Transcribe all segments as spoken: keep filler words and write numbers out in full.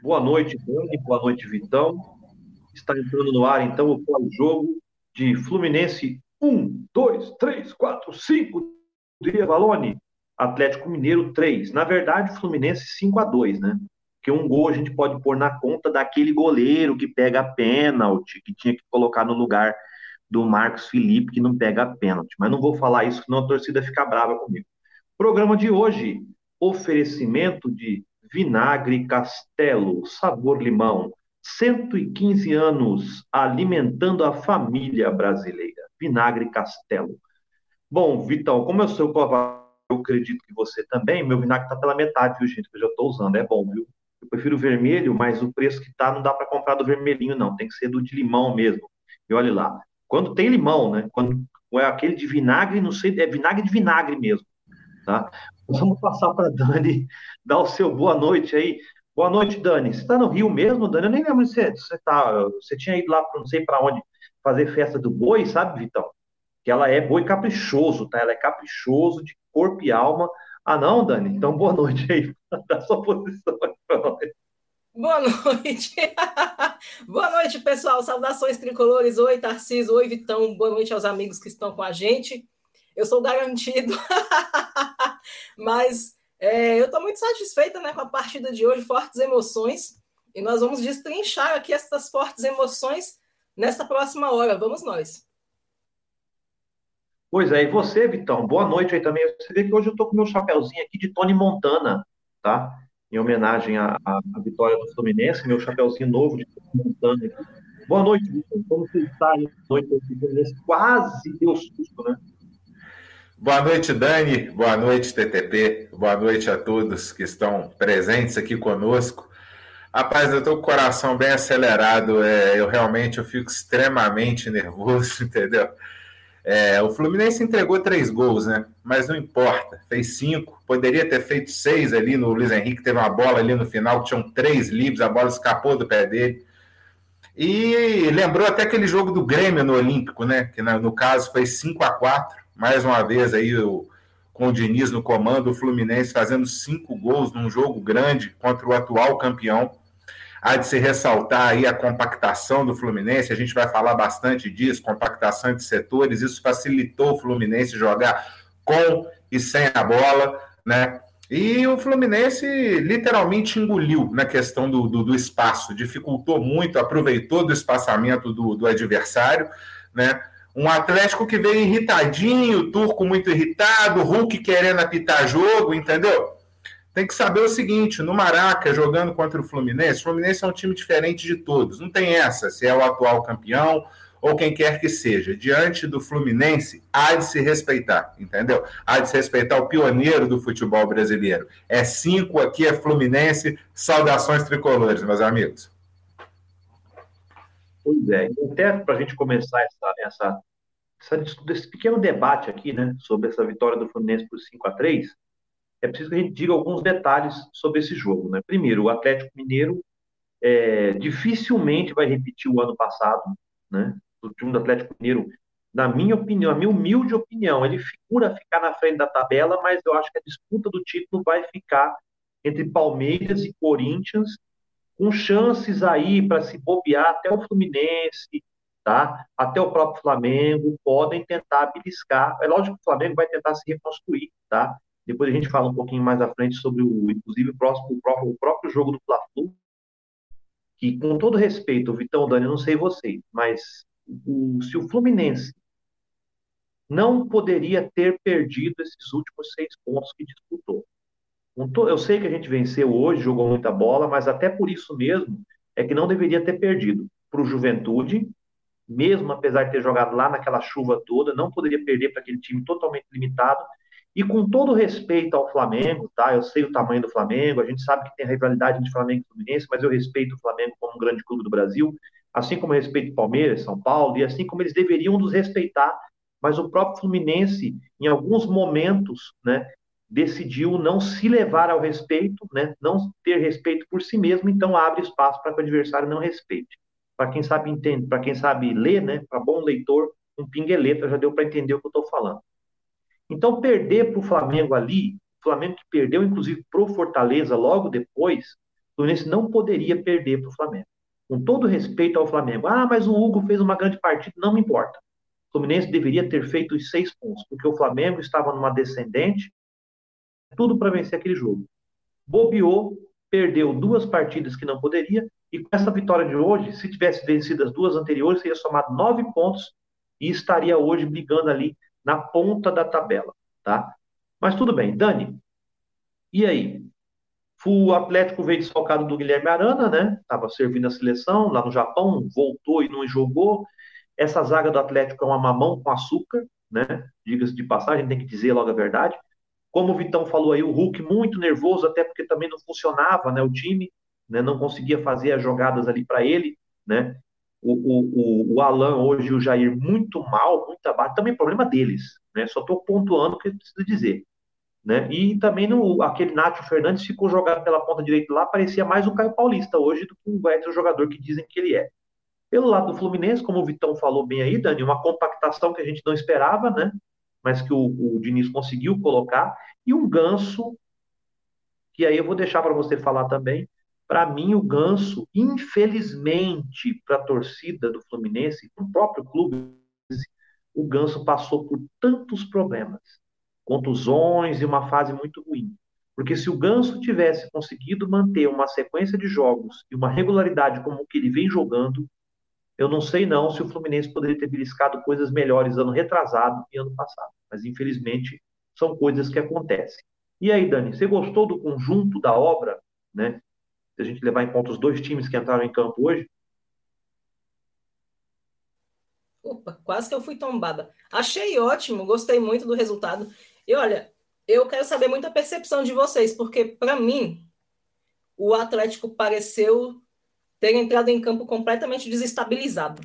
Boa noite, Dani. Boa noite, Vitão. Está entrando no ar, então, o pós-jogo de Fluminense um, dois, três, quatro, cinco, Dias Valone. Atlético Mineiro três. Na verdade, Fluminense cinco a dois, né? Porque um gol a gente pode pôr na conta daquele goleiro que pega pênalti, que tinha que colocar no lugar do Marcos Felipe, que não pega pênalti. Mas não vou falar isso, senão a torcida fica brava comigo. Programa de hoje, oferecimento de Vinagre Castelo, sabor limão. cento e quinze anos alimentando a família brasileira. Vinagre Castelo. Bom, Vitão, como eu sou covarde, eu acredito que você também, meu vinagre está pela metade, viu, gente, que eu já estou usando. É bom, viu? Eu prefiro o vermelho, mas o preço que tá não dá para comprar do vermelhinho, não. Tem que ser do de limão mesmo. E olhe lá. Quando tem limão, né? Quando é aquele de vinagre, não sei, é vinagre de vinagre mesmo, tá? Vamos passar para a Dani dar o seu boa noite aí. Boa noite, Dani. Você está no Rio mesmo, Dani? Eu nem lembro se você, você, tá, você tinha ido lá para não sei para onde fazer festa do boi, sabe, Vitão? Que ela é boi caprichoso, tá? Ela é caprichoso de corpo e alma. Ah, não, Dani? Então, boa noite aí. Dá sua posição aí pra nós. Boa noite. Boa noite, pessoal. Saudações tricolores. Oi, Tarcísio. Oi, Vitão. Boa noite aos amigos que estão com a gente. Eu sou garantido, mas é, eu estou muito satisfeita, né, com a partida de hoje. Fortes emoções. E nós vamos destrinchar aqui essas fortes emoções nessa próxima hora. Vamos nós. Pois é, e você, Vitão? Boa noite aí também. Você vê que hoje eu tô com meu chapeuzinho aqui de Tony Montana, tá? Em homenagem à, à, à vitória do Fluminense, meu chapeuzinho novo de Tony Montana aqui. Boa noite, Vitão. Como você está aí? Boa noite, o Fluminense quase deu susto, né? Boa noite, Dani. Boa noite, T T P. Boa noite a todos que estão presentes aqui conosco. Rapaz, eu estou com o coração bem acelerado. É, eu realmente eu fico extremamente nervoso, entendeu? É, o Fluminense entregou três gols, né? Mas não importa. Fez cinco. Poderia ter feito seis ali no Luiz Henrique. Teve uma bola ali no final, tinham três livres, a bola escapou do pé dele. E lembrou até aquele jogo do Grêmio no Olímpico, né? Que no caso foi cinco a quatro. Mais uma vez aí o, com o Diniz no comando, o Fluminense fazendo cinco gols num jogo grande contra o atual campeão. Há de se ressaltar aí a compactação do Fluminense, a gente vai falar bastante disso, compactação de setores, isso facilitou o Fluminense jogar com e sem a bola, né? E o Fluminense literalmente engoliu na questão do, do, do espaço, dificultou muito, aproveitou do espaçamento do, do adversário, né? Um Atlético que veio irritadinho, o Turco muito irritado, o Hulk querendo apitar jogo, entendeu? Tem que saber o seguinte, no Maraca, jogando contra o Fluminense, o Fluminense é um time diferente de todos. Não tem essa, se é o atual campeão ou quem quer que seja. Diante do Fluminense, há de se respeitar, entendeu? Há de se respeitar o pioneiro do futebol brasileiro. É cinco, aqui é Fluminense. Saudações tricolores, meus amigos. Pois é. E até para a gente começar essa, essa, essa, esse pequeno debate aqui, né? Sobre essa vitória do Fluminense por cinco a três, é preciso que a gente diga alguns detalhes sobre esse jogo, né? Primeiro, o Atlético Mineiro é, dificilmente vai repetir o ano passado, né? O time do Atlético Mineiro, na minha opinião, a minha humilde opinião, ele figura ficar na frente da tabela, mas eu acho que a disputa do título vai ficar entre Palmeiras e Corinthians, com chances aí para se bobear até o Fluminense, tá? Até o próprio Flamengo podem tentar beliscar. É lógico que o Flamengo vai tentar se reconstruir, tá? Depois a gente fala um pouquinho mais à frente sobre o, inclusive, o, próximo, o, próprio, o próprio jogo do Fla-Flu, que, com todo respeito, Vitão, Dani, eu não sei vocês, mas o, se o Fluminense não poderia ter perdido esses últimos seis pontos que disputou. Eu sei que a gente venceu hoje, jogou muita bola, mas até por isso mesmo é que não deveria ter perdido. Para o Juventude, mesmo apesar de ter jogado lá naquela chuva toda, não poderia perder para aquele time totalmente limitado. E com todo respeito ao Flamengo, tá? Eu sei o tamanho do Flamengo, a gente sabe que tem rivalidade entre Flamengo e Fluminense, mas eu respeito o Flamengo como um grande clube do Brasil, assim como eu respeito o Palmeiras, São Paulo, e assim como eles deveriam nos respeitar, mas o próprio Fluminense, em alguns momentos, né, decidiu não se levar ao respeito, né, não ter respeito por si mesmo, então abre espaço para que o adversário não respeite. Para quem sabe entende, para quem sabe ler, né, para bom leitor, um pingueleta já deu para entender o que eu estou falando. Então, perder para o Flamengo ali, o Flamengo que perdeu, inclusive, para o Fortaleza logo depois, O Fluminense não poderia perder para o Flamengo. Com todo respeito ao Flamengo. Ah, mas o Hugo fez uma grande partida. Não me importa. O Fluminense deveria ter feito os seis pontos, porque o Flamengo estava numa descendente, tudo para vencer aquele jogo. Bobeou, perdeu duas partidas que não poderia, e com essa vitória de hoje, se tivesse vencido as duas anteriores, seria somado nove pontos e estaria hoje brigando ali na ponta da tabela, tá? Mas tudo bem. Dani, e aí? O Atlético veio desfalcado do Guilherme Arana, né? Estava servindo a seleção lá no Japão, voltou e não jogou. Essa zaga do Atlético é uma mamão com açúcar, né? Diga-se de passagem, tem que dizer logo a verdade. Como o Vitão falou aí, o Hulk muito nervoso, até porque também não funcionava, né? O time, né? Não conseguia fazer as jogadas ali para ele, né? O, o, o, o Alan hoje e o Jair muito mal, muito abaixo. Também problema deles, né? Só estou pontuando o que eu preciso dizer. Né? E também no, aquele Nátio Fernandes ficou jogado pela ponta direita lá, parecia mais o Caio Paulista hoje do que o outro jogador que dizem que ele é. Pelo lado do Fluminense, como o Vitão falou bem aí, Dani, uma compactação que a gente não esperava, né? Mas que o, o Diniz conseguiu colocar, e um Ganso, que aí eu vou deixar para você falar também. Para mim, o Ganso, infelizmente, para a torcida do Fluminense, para o próprio clube, o Ganso passou por tantos problemas, contusões e uma fase muito ruim. Porque se o Ganso tivesse conseguido manter uma sequência de jogos e uma regularidade como que ele vem jogando, eu não sei não se o Fluminense poderia ter beliscado coisas melhores ano retrasado e ano passado. Mas, infelizmente, são coisas que acontecem. E aí, Dani, você gostou do conjunto da obra, né? Se a gente levar em conta os dois times que entraram em campo hoje? Opa, quase que eu fui tombada. Achei ótimo, gostei muito do resultado. E olha, eu quero saber muito a percepção de vocês, porque para mim o Atlético pareceu ter entrado em campo completamente desestabilizado.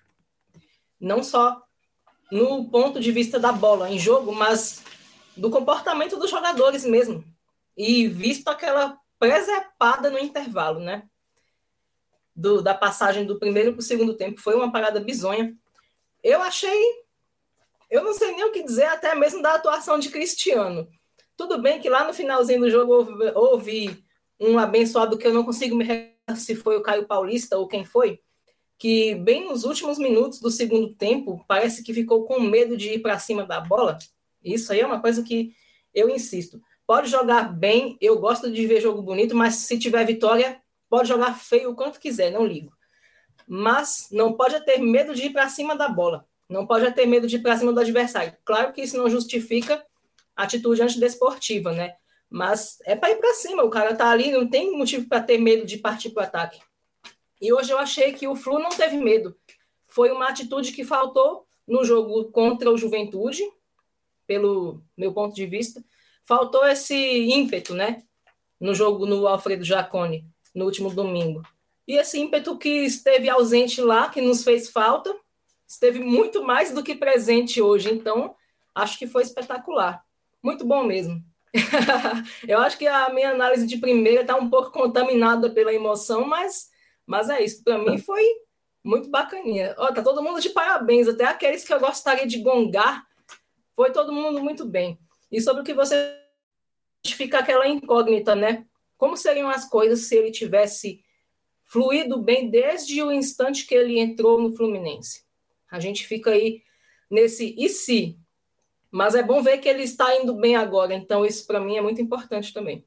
Não só no ponto de vista da bola em jogo, mas do comportamento dos jogadores mesmo. E visto aquela presepada no intervalo, né? Do, da passagem do primeiro para o segundo tempo, foi uma parada bizonha. Eu achei, eu não sei nem o que dizer, até mesmo da atuação de Cristiano. Tudo bem que lá no finalzinho do jogo houve, houve um abençoado que eu não consigo me recordar se foi o Caio Paulista ou quem foi, que bem nos últimos minutos do segundo tempo, parece que ficou com medo de ir para cima da bola. Isso aí é uma coisa que eu insisto. Pode jogar bem, eu gosto de ver jogo bonito, mas se tiver vitória, pode jogar feio o quanto quiser, não ligo. Mas não pode ter medo de ir para cima da bola. Não pode ter medo de ir para cima do adversário. Claro que isso não justifica a atitude antidesportiva, né? Mas é para ir para cima. O cara tá ali, não tem motivo para ter medo de partir para o ataque. E hoje eu achei que o Flu não teve medo. Foi uma atitude que faltou no jogo contra o Juventude, pelo meu ponto de vista. Faltou esse ímpeto, né? No jogo no Alfredo Jaconi, no último domingo. E esse ímpeto que esteve ausente lá, que nos fez falta, esteve muito mais do que presente hoje. Então, acho que foi espetacular. Muito bom mesmo. Eu acho que a minha análise de primeira está um pouco contaminada pela emoção, mas, mas é isso. Para mim foi muito bacaninha. Ó, tá todo mundo de parabéns, até aqueles que eu gostaria de gongar. Foi todo mundo muito bem. E sobre o que você... fica aquela incógnita, né? Como seriam as coisas se ele tivesse fluído bem desde o instante que ele entrou no Fluminense? A gente fica aí nesse e se, mas é bom ver que ele está indo bem agora, então isso para mim é muito importante também.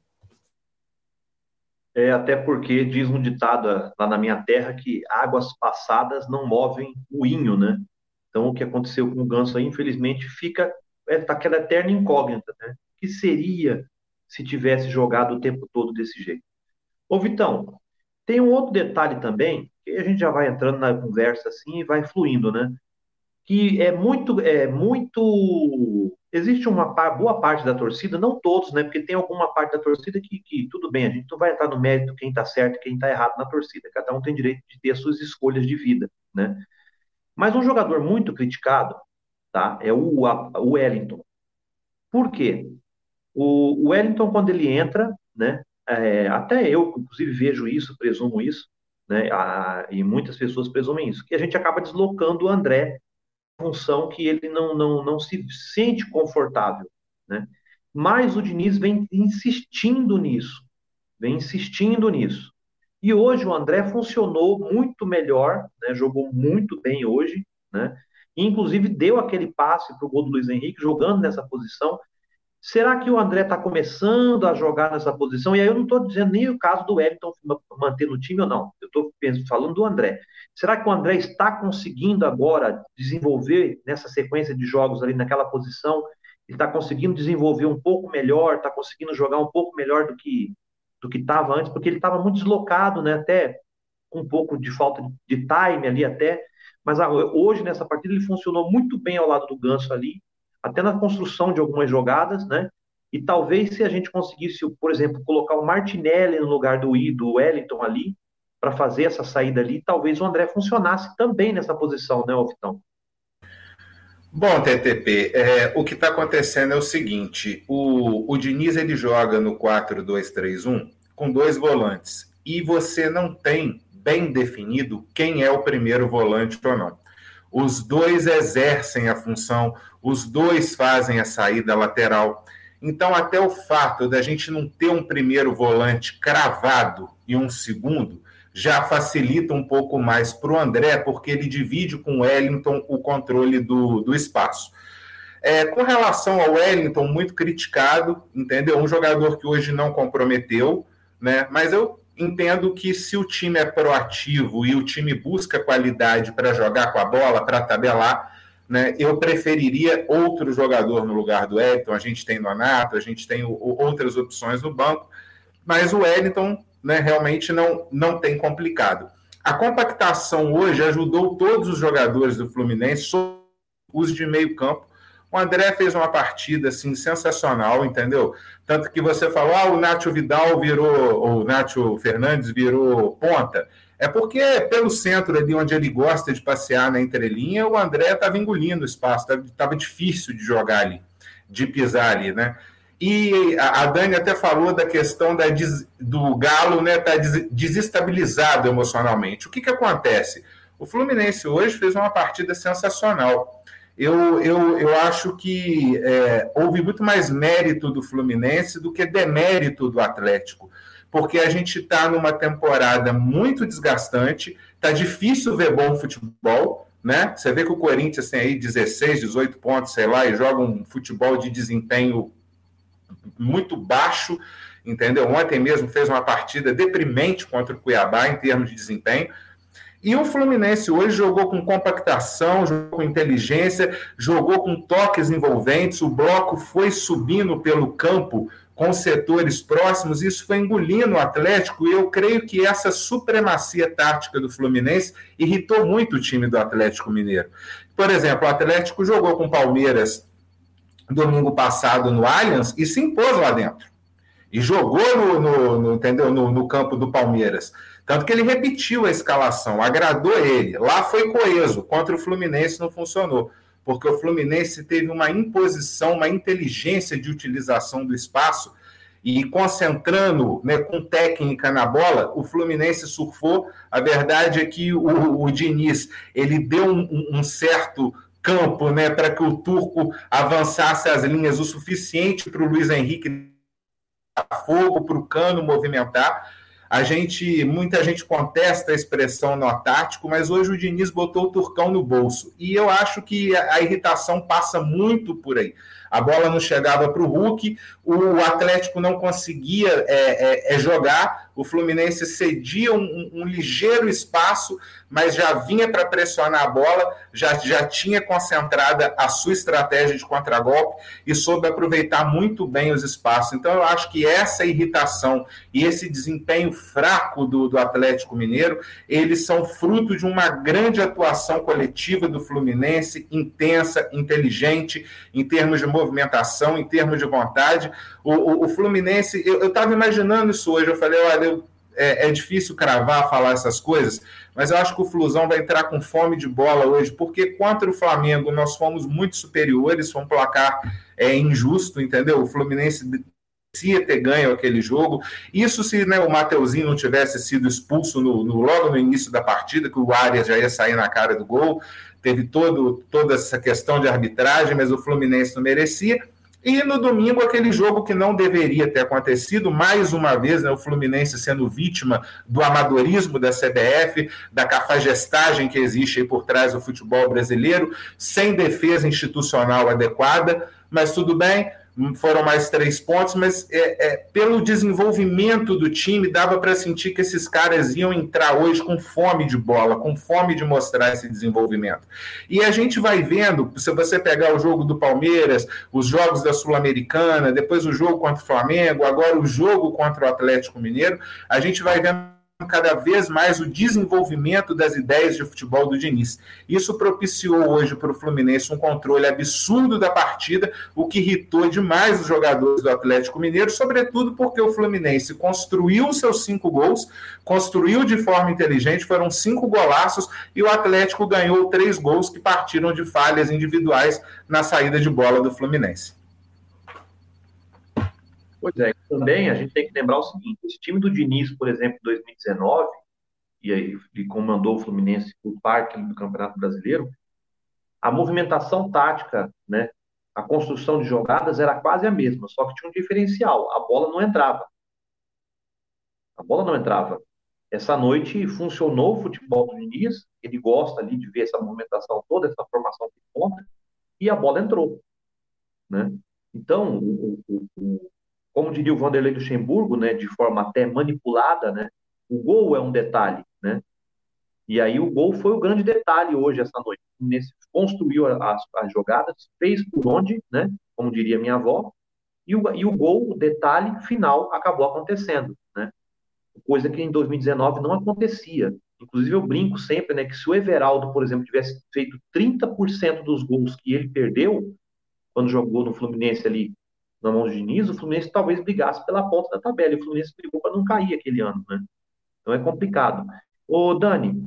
É, até porque diz um ditado lá na minha terra que águas passadas não movem moinho, né? Então o que aconteceu com o Ganso aí, infelizmente, fica é, aquela eterna incógnita, né? O que seria se tivesse jogado o tempo todo desse jeito? Ô Vitão, tem um outro detalhe também, que a gente já vai entrando na conversa assim e vai fluindo, né? Que é muito, é muito. Existe uma boa parte da torcida, não todos, né? Porque tem alguma parte da torcida que, que tudo bem, a gente não vai entrar no mérito quem está certo e quem está errado na torcida. Cada um tem direito de ter as suas escolhas de vida, né? Mas um jogador muito criticado, tá? É o, o Wellington. Por quê? O, o Wellington, quando ele entra, né? É, até eu, inclusive, vejo isso, presumo isso, né? A, e muitas pessoas presumem isso, que a gente acaba deslocando o André função que ele não, não, não se sente confortável, né? Mas o Diniz vem insistindo nisso. vem insistindo nisso. E hoje o André funcionou muito melhor, né? Jogou muito bem hoje, né? E, inclusive deu aquele passe para o gol do Luiz Henrique, jogando nessa posição. Será que o André está começando a jogar nessa posição? E aí eu não estou dizendo nem o caso do Wellington manter no time ou não. Eu estou falando do André. Será que o André está conseguindo agora desenvolver nessa sequência de jogos ali naquela posição? Ele está conseguindo desenvolver um pouco melhor, está conseguindo jogar um pouco melhor do que do que estava antes, porque ele estava muito deslocado, né? Até com um pouco de falta de time ali até. Mas hoje nessa partida ele funcionou muito bem ao lado do Ganso ali, até na construção de algumas jogadas, né? E talvez se a gente conseguisse, por exemplo, colocar o Martinelli no lugar do, do Wellington ali, para fazer essa saída ali, talvez o André funcionasse também nessa posição, né, Vitão? Bom, T T P, é, o que está acontecendo é o seguinte, o, o Diniz ele joga no quatro dois três um com dois volantes, e você não tem bem definido quem é o primeiro volante ou não. Os dois exercem a função, os dois fazem a saída lateral. Então, até o fato da gente não ter um primeiro volante cravado e um segundo, já facilita um pouco mais para o André, porque ele divide com o Wellington o controle do, do espaço. É, com relação ao Wellington, muito criticado, entendeu? Um jogador que hoje não comprometeu, né? Mas eu entendo que se o time é proativo e o time busca qualidade para jogar com a bola, para tabelar, né, eu preferiria outro jogador no lugar do Wellington. A gente tem Nonato, a gente tem o, outras opções no banco, mas o Wellington, né, realmente não, não tem complicado. A compactação hoje ajudou todos os jogadores do Fluminense, uso de meio campo. O André fez uma partida assim, sensacional, entendeu? Tanto que você falou, ah, o Nacho Vidal virou, ou o Nacho Fernandes virou ponta. É porque pelo centro ali onde ele gosta de passear na entrelinha, o André estava engolindo o espaço, estava difícil de jogar ali, de pisar ali, né? E a Dani até falou da questão da des, do Galo, né, tá des, desestabilizado emocionalmente. O que que acontece? O Fluminense hoje fez uma partida sensacional. Eu, eu, eu acho que é, houve muito mais mérito do Fluminense do que demérito do Atlético, porque a gente está numa temporada muito desgastante, está difícil ver bom futebol, né? Você vê que o Corinthians tem aí dezesseis, dezoito pontos, sei lá, e joga um futebol de desempenho muito baixo, entendeu? Ontem mesmo fez uma partida deprimente contra o Cuiabá em termos de desempenho. E o Fluminense hoje jogou com compactação, jogou com inteligência, jogou com toques envolventes, o bloco foi subindo pelo campo com setores próximos, isso foi engolindo o Atlético, e eu creio que essa supremacia tática do Fluminense irritou muito o time do Atlético Mineiro. Por exemplo, o Atlético jogou com o Palmeiras domingo passado no Allianz e se impôs lá dentro. E jogou no, no, no, entendeu? No, no campo do Palmeiras. Tanto que ele repetiu a escalação, agradou ele. Lá foi coeso, contra o Fluminense não funcionou, porque o Fluminense teve uma imposição, uma inteligência de utilização do espaço, e concentrando, né, com técnica na bola, o Fluminense surfou. A verdade é que o, o Diniz, ele deu um, um certo campo, né, para que o Turco avançasse as linhas o suficiente para o Luiz Henrique fogo, para o Cano movimentar. A gente, muita gente contesta a expressão nó tático, mas hoje o Diniz botou o Turcão no bolso. E eu acho que a, a irritação passa muito por aí. A bola não chegava para o Hulk, o Atlético não conseguia é, é, é jogar, o Fluminense cedia um, um ligeiro espaço, mas já vinha para pressionar a bola, já, já tinha concentrada a sua estratégia de contragolpe e soube aproveitar muito bem os espaços. Então eu acho que essa irritação e esse desempenho fraco do, do Atlético Mineiro, eles são fruto de uma grande atuação coletiva do Fluminense, intensa, inteligente, em termos de movimentação, em termos de vontade. O, o, o Fluminense, eu estava imaginando isso hoje, eu falei, olha, eu, é, é difícil cravar, falar essas coisas, mas eu acho que o Flusão vai entrar com fome de bola hoje, porque contra o Flamengo nós fomos muito superiores, foi um placar é, injusto, entendeu? O Fluminense merecia ter ganho aquele jogo. Isso se, né, o Mateuzinho não tivesse sido expulso no, no, logo no início da partida, que o Arias já ia sair na cara do gol, teve todo, toda essa questão de arbitragem, mas o Fluminense não merecia. E no domingo, aquele jogo que não deveria ter acontecido, mais uma vez, né, o Fluminense sendo vítima do amadorismo da C B F, da cafajestagem que existe aí por trás do futebol brasileiro, sem defesa institucional adequada, mas tudo bem, foram mais três pontos, mas é, é, pelo desenvolvimento do time, dava para sentir que esses caras iam entrar hoje com fome de bola, com fome de mostrar esse desenvolvimento. E a gente vai vendo, se você pegar o jogo do Palmeiras, os jogos da Sul-Americana, depois o jogo contra o Flamengo, agora o jogo contra o Atlético Mineiro, a gente vai vendo cada vez mais o desenvolvimento das ideias de futebol do Diniz. Isso propiciou hoje para o Fluminense um controle absurdo da partida, o que irritou demais os jogadores do Atlético Mineiro, sobretudo porque o Fluminense construiu seus cinco gols, construiu de forma inteligente, foram cinco golaços, e o Atlético ganhou três gols que partiram de falhas individuais na saída de bola do Fluminense. Pois é, também a gente tem que lembrar o seguinte, esse time do Diniz, por exemplo, em dois mil e dezenove, e aí ele comandou o Fluminense por parte do Campeonato Brasileiro, a movimentação tática, né, a construção de jogadas era quase a mesma, só que tinha um diferencial, a bola não entrava. A bola não entrava. Essa noite funcionou o futebol do Diniz, ele gosta ali de ver essa movimentação toda, essa formação de ponta, e a bola entrou, né? Então, o, o, o como diria o Vanderlei Luxemburgo, né, de forma até manipulada, né, o gol é um detalhe, né, e aí o gol foi o grande detalhe hoje, essa noite. O Fluminense construiu as, as jogadas, fez por onde, né, como diria minha avó, e o, e o gol, o detalhe final, acabou acontecendo, né, coisa que em dois mil e dezenove não acontecia. Inclusive eu brinco sempre, né, que se o Everaldo, por exemplo, tivesse feito trinta por cento dos gols que ele perdeu, quando jogou no Fluminense ali, na mão de Diniz, o Fluminense talvez brigasse pela ponta da tabela, e o Fluminense brigou para não cair aquele ano, né? Então é complicado. Ô, Dani,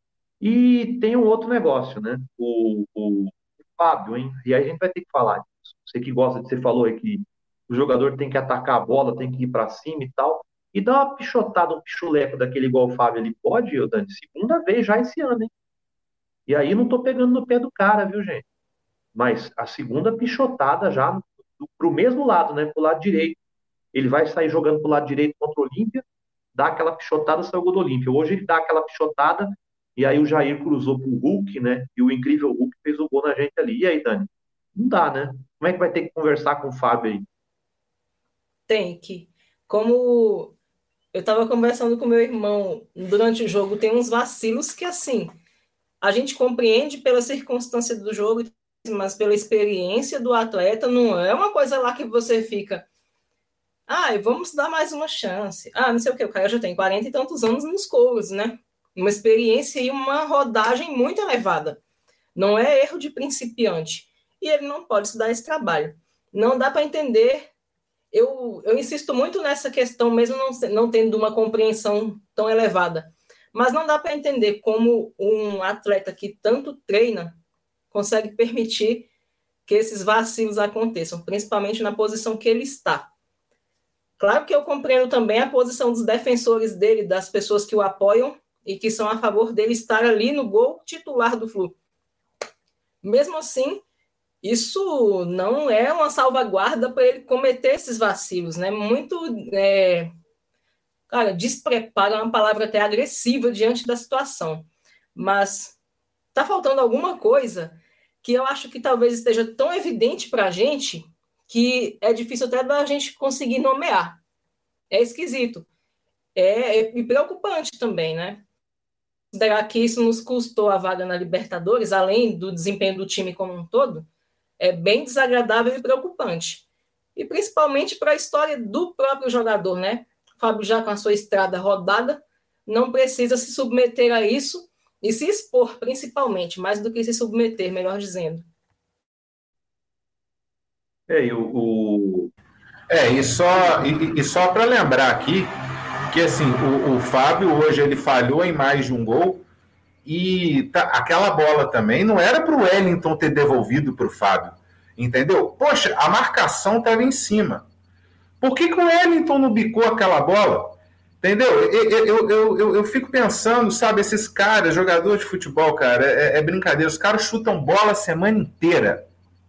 e tem um outro negócio, né? O, o, o Fábio, hein? E aí a gente vai ter que falar disso. Você que gosta de, você falou aí que o jogador tem que atacar a bola, tem que ir para cima e tal, e dá uma pichotada, um pichuleco daquele igual o Fábio ali, pode, ô, Dani? Segunda vez já esse ano, hein? E aí não tô pegando no pé do cara, viu, gente? Mas a segunda pichotada já para o mesmo lado, né? Para o lado direito. Ele vai sair jogando para o lado direito contra o Olímpia, dá aquela pichotada, saiu o gol do Olímpia. Hoje ele dá aquela pichotada, e aí o Jair cruzou para o Hulk, né? E o incrível Hulk fez o gol na gente ali. E aí, Dani? Não dá, né? Como é que vai ter que conversar com o Fábio aí? Tem que. Como eu estava conversando com meu irmão durante o jogo, tem uns vacilos que, assim, a gente compreende pela circunstância do jogo, mas pela experiência do atleta, não é uma coisa lá que você fica, ah, vamos dar mais uma chance. Ah, não sei o que, o cara já tem quarenta e tantos anos nos couros, né? Uma experiência e uma rodagem muito elevada. Não é erro de principiante. E ele não pode se dar esse trabalho. Não dá para entender. Eu, eu insisto muito nessa questão, mesmo não, não tendo uma compreensão tão elevada. Mas não dá para entender como um atleta que tanto treina consegue permitir que esses vacilos aconteçam, principalmente na posição que ele está. Claro que eu compreendo também a posição dos defensores dele, das pessoas que o apoiam e que são a favor dele estar ali no gol titular do Flu. Mesmo assim, isso não é uma salvaguarda para ele cometer esses vacilos, né? Muito, é... cara, despreparo é uma palavra até agressiva diante da situação, mas está faltando alguma coisa que eu acho que talvez esteja tão evidente para a gente que é difícil até da gente conseguir nomear. É esquisito. É, é preocupante também, né? Considerar que isso nos custou a vaga na Libertadores, além do desempenho do time como um todo, é bem desagradável e preocupante. E principalmente para a história do próprio jogador, né? O Fábio, já com a sua estrada rodada, não precisa se submeter a isso e se expor, principalmente, mais do que se submeter, melhor dizendo. É, e o, o... é e só, e, e só para lembrar aqui que assim, o, o Fábio hoje ele falhou em mais de um gol e tá, aquela bola também não era para o Wellington ter devolvido para o Fábio, entendeu? Poxa, a marcação estava em cima. Por que, que o Wellington não bicou aquela bola? Entendeu? Eu, eu, eu, eu, eu fico pensando, sabe, esses caras, jogadores de futebol, cara, é, é brincadeira. Os caras chutam bola a semana inteira.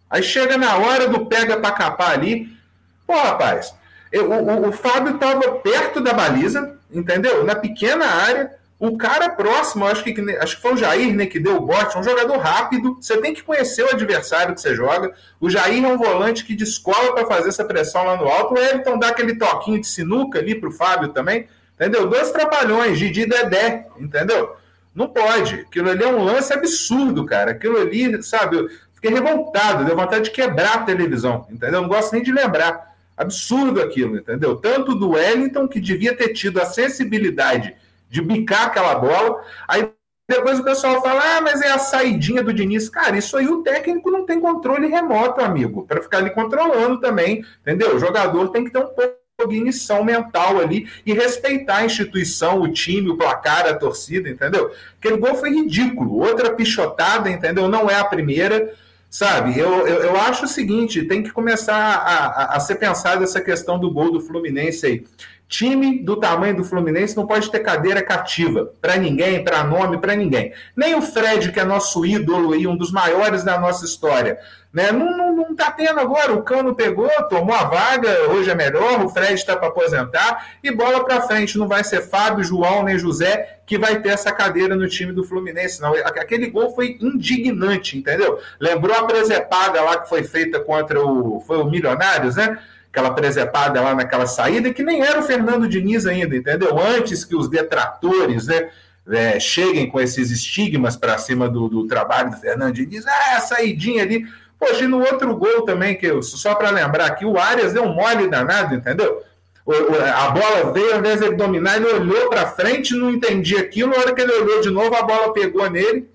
Aí chega na hora do pega pra capar ali, pô, rapaz, eu, o, o Fábio estava perto da baliza, entendeu? Na pequena área, o cara próximo, acho que, acho que foi o Jair, né, que deu o bote, um jogador rápido, você tem que conhecer o adversário que você joga. O Jair é um volante que descola para fazer essa pressão lá no alto, o Everton dá aquele toquinho de sinuca ali pro Fábio também, entendeu? Dois trapalhões, Didi e Dedé, entendeu? Não pode. Aquilo ali é um lance absurdo, cara. Aquilo ali, sabe, eu fiquei revoltado, deu vontade de quebrar a televisão, entendeu? Não gosto nem de lembrar. Absurdo aquilo, entendeu? Tanto do Wellington, que devia ter tido a sensibilidade de bicar aquela bola, aí depois o pessoal fala, ah, mas é a saidinha do Diniz. Cara, isso aí o técnico não tem controle remoto, amigo, para ficar ali controlando também, entendeu? O jogador tem que ter um pouco de cognição mental ali e respeitar a instituição, o time, o placar, a torcida, entendeu? Aquele gol foi ridículo. Outra pichotada, entendeu? Não é a primeira. Sabe, eu, eu, eu acho o seguinte, tem que começar a, a, a ser pensada essa questão do gol do Fluminense aí. Time do tamanho do Fluminense não pode ter cadeira cativa para ninguém, para nome, para ninguém. Nem o Fred, que é nosso ídolo e um dos maiores da nossa história, né? Não, não, não tá tendo agora. O Cano pegou, tomou a vaga, hoje é melhor, o Fred está para aposentar e bola para frente. Não vai ser Fábio, João nem José que vai ter essa cadeira no time do Fluminense, não. Aquele gol foi indignante, entendeu? Lembrou a presepada lá que foi feita contra o, foi o Milionários, né? Aquela presepada lá naquela saída, que nem era o Fernando Diniz ainda, entendeu? Antes que os detratores, né, é, cheguem com esses estigmas para cima do, do trabalho do Fernando Diniz, ah, a saidinha ali. Poxa, e no outro gol também, que eu, só para lembrar aqui, o Arias deu um mole danado, entendeu? O, o, a bola veio, ao invés de ele dominar, ele olhou para frente, não entendia aquilo, na hora que ele olhou de novo, a bola pegou nele.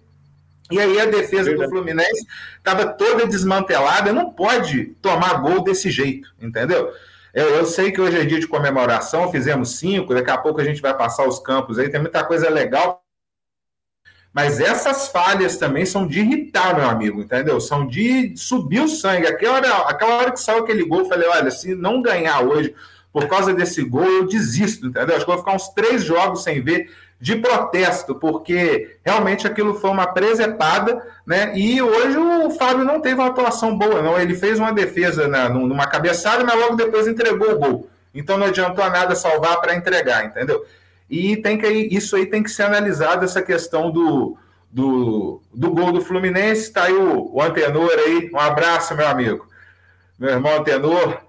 E aí a defesa do Fluminense estava toda desmantelada, não pode tomar gol desse jeito, entendeu? Eu, eu sei que hoje é dia de comemoração, fizemos cinco, daqui a pouco a gente vai passar os campos aí, tem muita coisa legal, mas essas falhas também são de irritar, meu amigo, entendeu? São de subir o sangue. Aquela hora, aquela hora que saiu aquele gol, eu falei, olha, se não ganhar hoje por causa desse gol, eu desisto, entendeu? Acho que eu vou ficar uns três jogos sem ver de protesto, porque realmente aquilo foi uma presepada, né? E hoje o Fábio não teve uma atuação boa, não. Ele fez uma defesa na, numa cabeçada, mas logo depois entregou o gol. Então não adiantou nada salvar para entregar, entendeu? E tem que, isso aí tem que ser analisado, essa questão do, do, do gol do Fluminense. Está aí o, o Antenor aí. Um abraço, meu amigo. Meu irmão Antenor,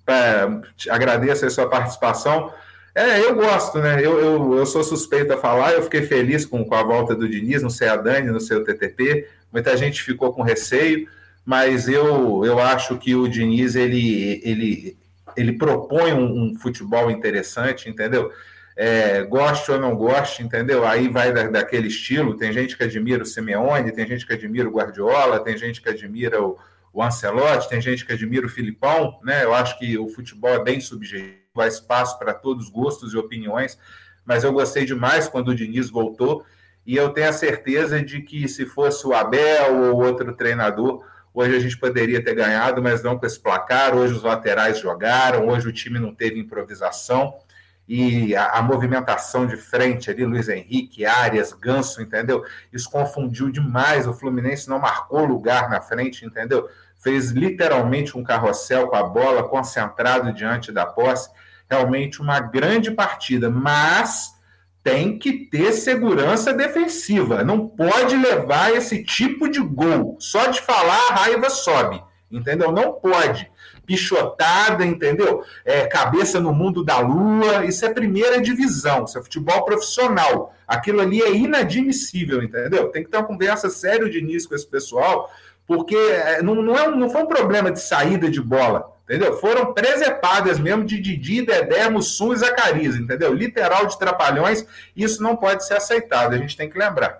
é, agradeço a sua participação. É, eu gosto, né? Eu, eu, eu sou suspeito a falar, eu fiquei feliz com, com a volta do Diniz, não sei a Dani, não sei o T T P, muita gente ficou com receio, mas eu, eu acho que o Diniz, ele, ele, ele propõe um, um futebol interessante, entendeu? É, goste ou não goste, entendeu? Aí vai da, daquele estilo, tem gente que admira o Simeone, tem gente que admira o Guardiola, tem gente que admira o, o Ancelotti, tem gente que admira o Filipão, né? Eu acho que o futebol é bem subjetivo, há espaço para todos os gostos e opiniões, mas eu gostei demais quando o Diniz voltou, e eu tenho a certeza de que se fosse o Abel ou outro treinador, hoje a gente poderia ter ganhado, mas não com esse placar. Hoje os laterais jogaram, hoje o time não teve improvisação, e a, a movimentação de frente ali, Luiz Henrique, Arias, Ganso, entendeu? Isso confundiu demais, o Fluminense não marcou lugar na frente, entendeu? Fez literalmente um carrossel com a bola, concentrado diante da posse. Realmente uma grande partida, mas tem que ter segurança defensiva. Não pode levar esse tipo de gol. Só de falar, a raiva sobe, entendeu? Não pode. Pichotada, entendeu? É, cabeça no mundo da lua, isso é primeira divisão, isso é futebol profissional. Aquilo ali é inadmissível, entendeu? Tem que ter uma conversa séria de início com esse pessoal, porque não, não, é, não foi um problema de saída de bola, entendeu? Foram presepadas mesmo de Didi, Dedé, Mussum e Zacarias, entendeu? Literal de trapalhões, isso não pode ser aceitado, a gente tem que lembrar.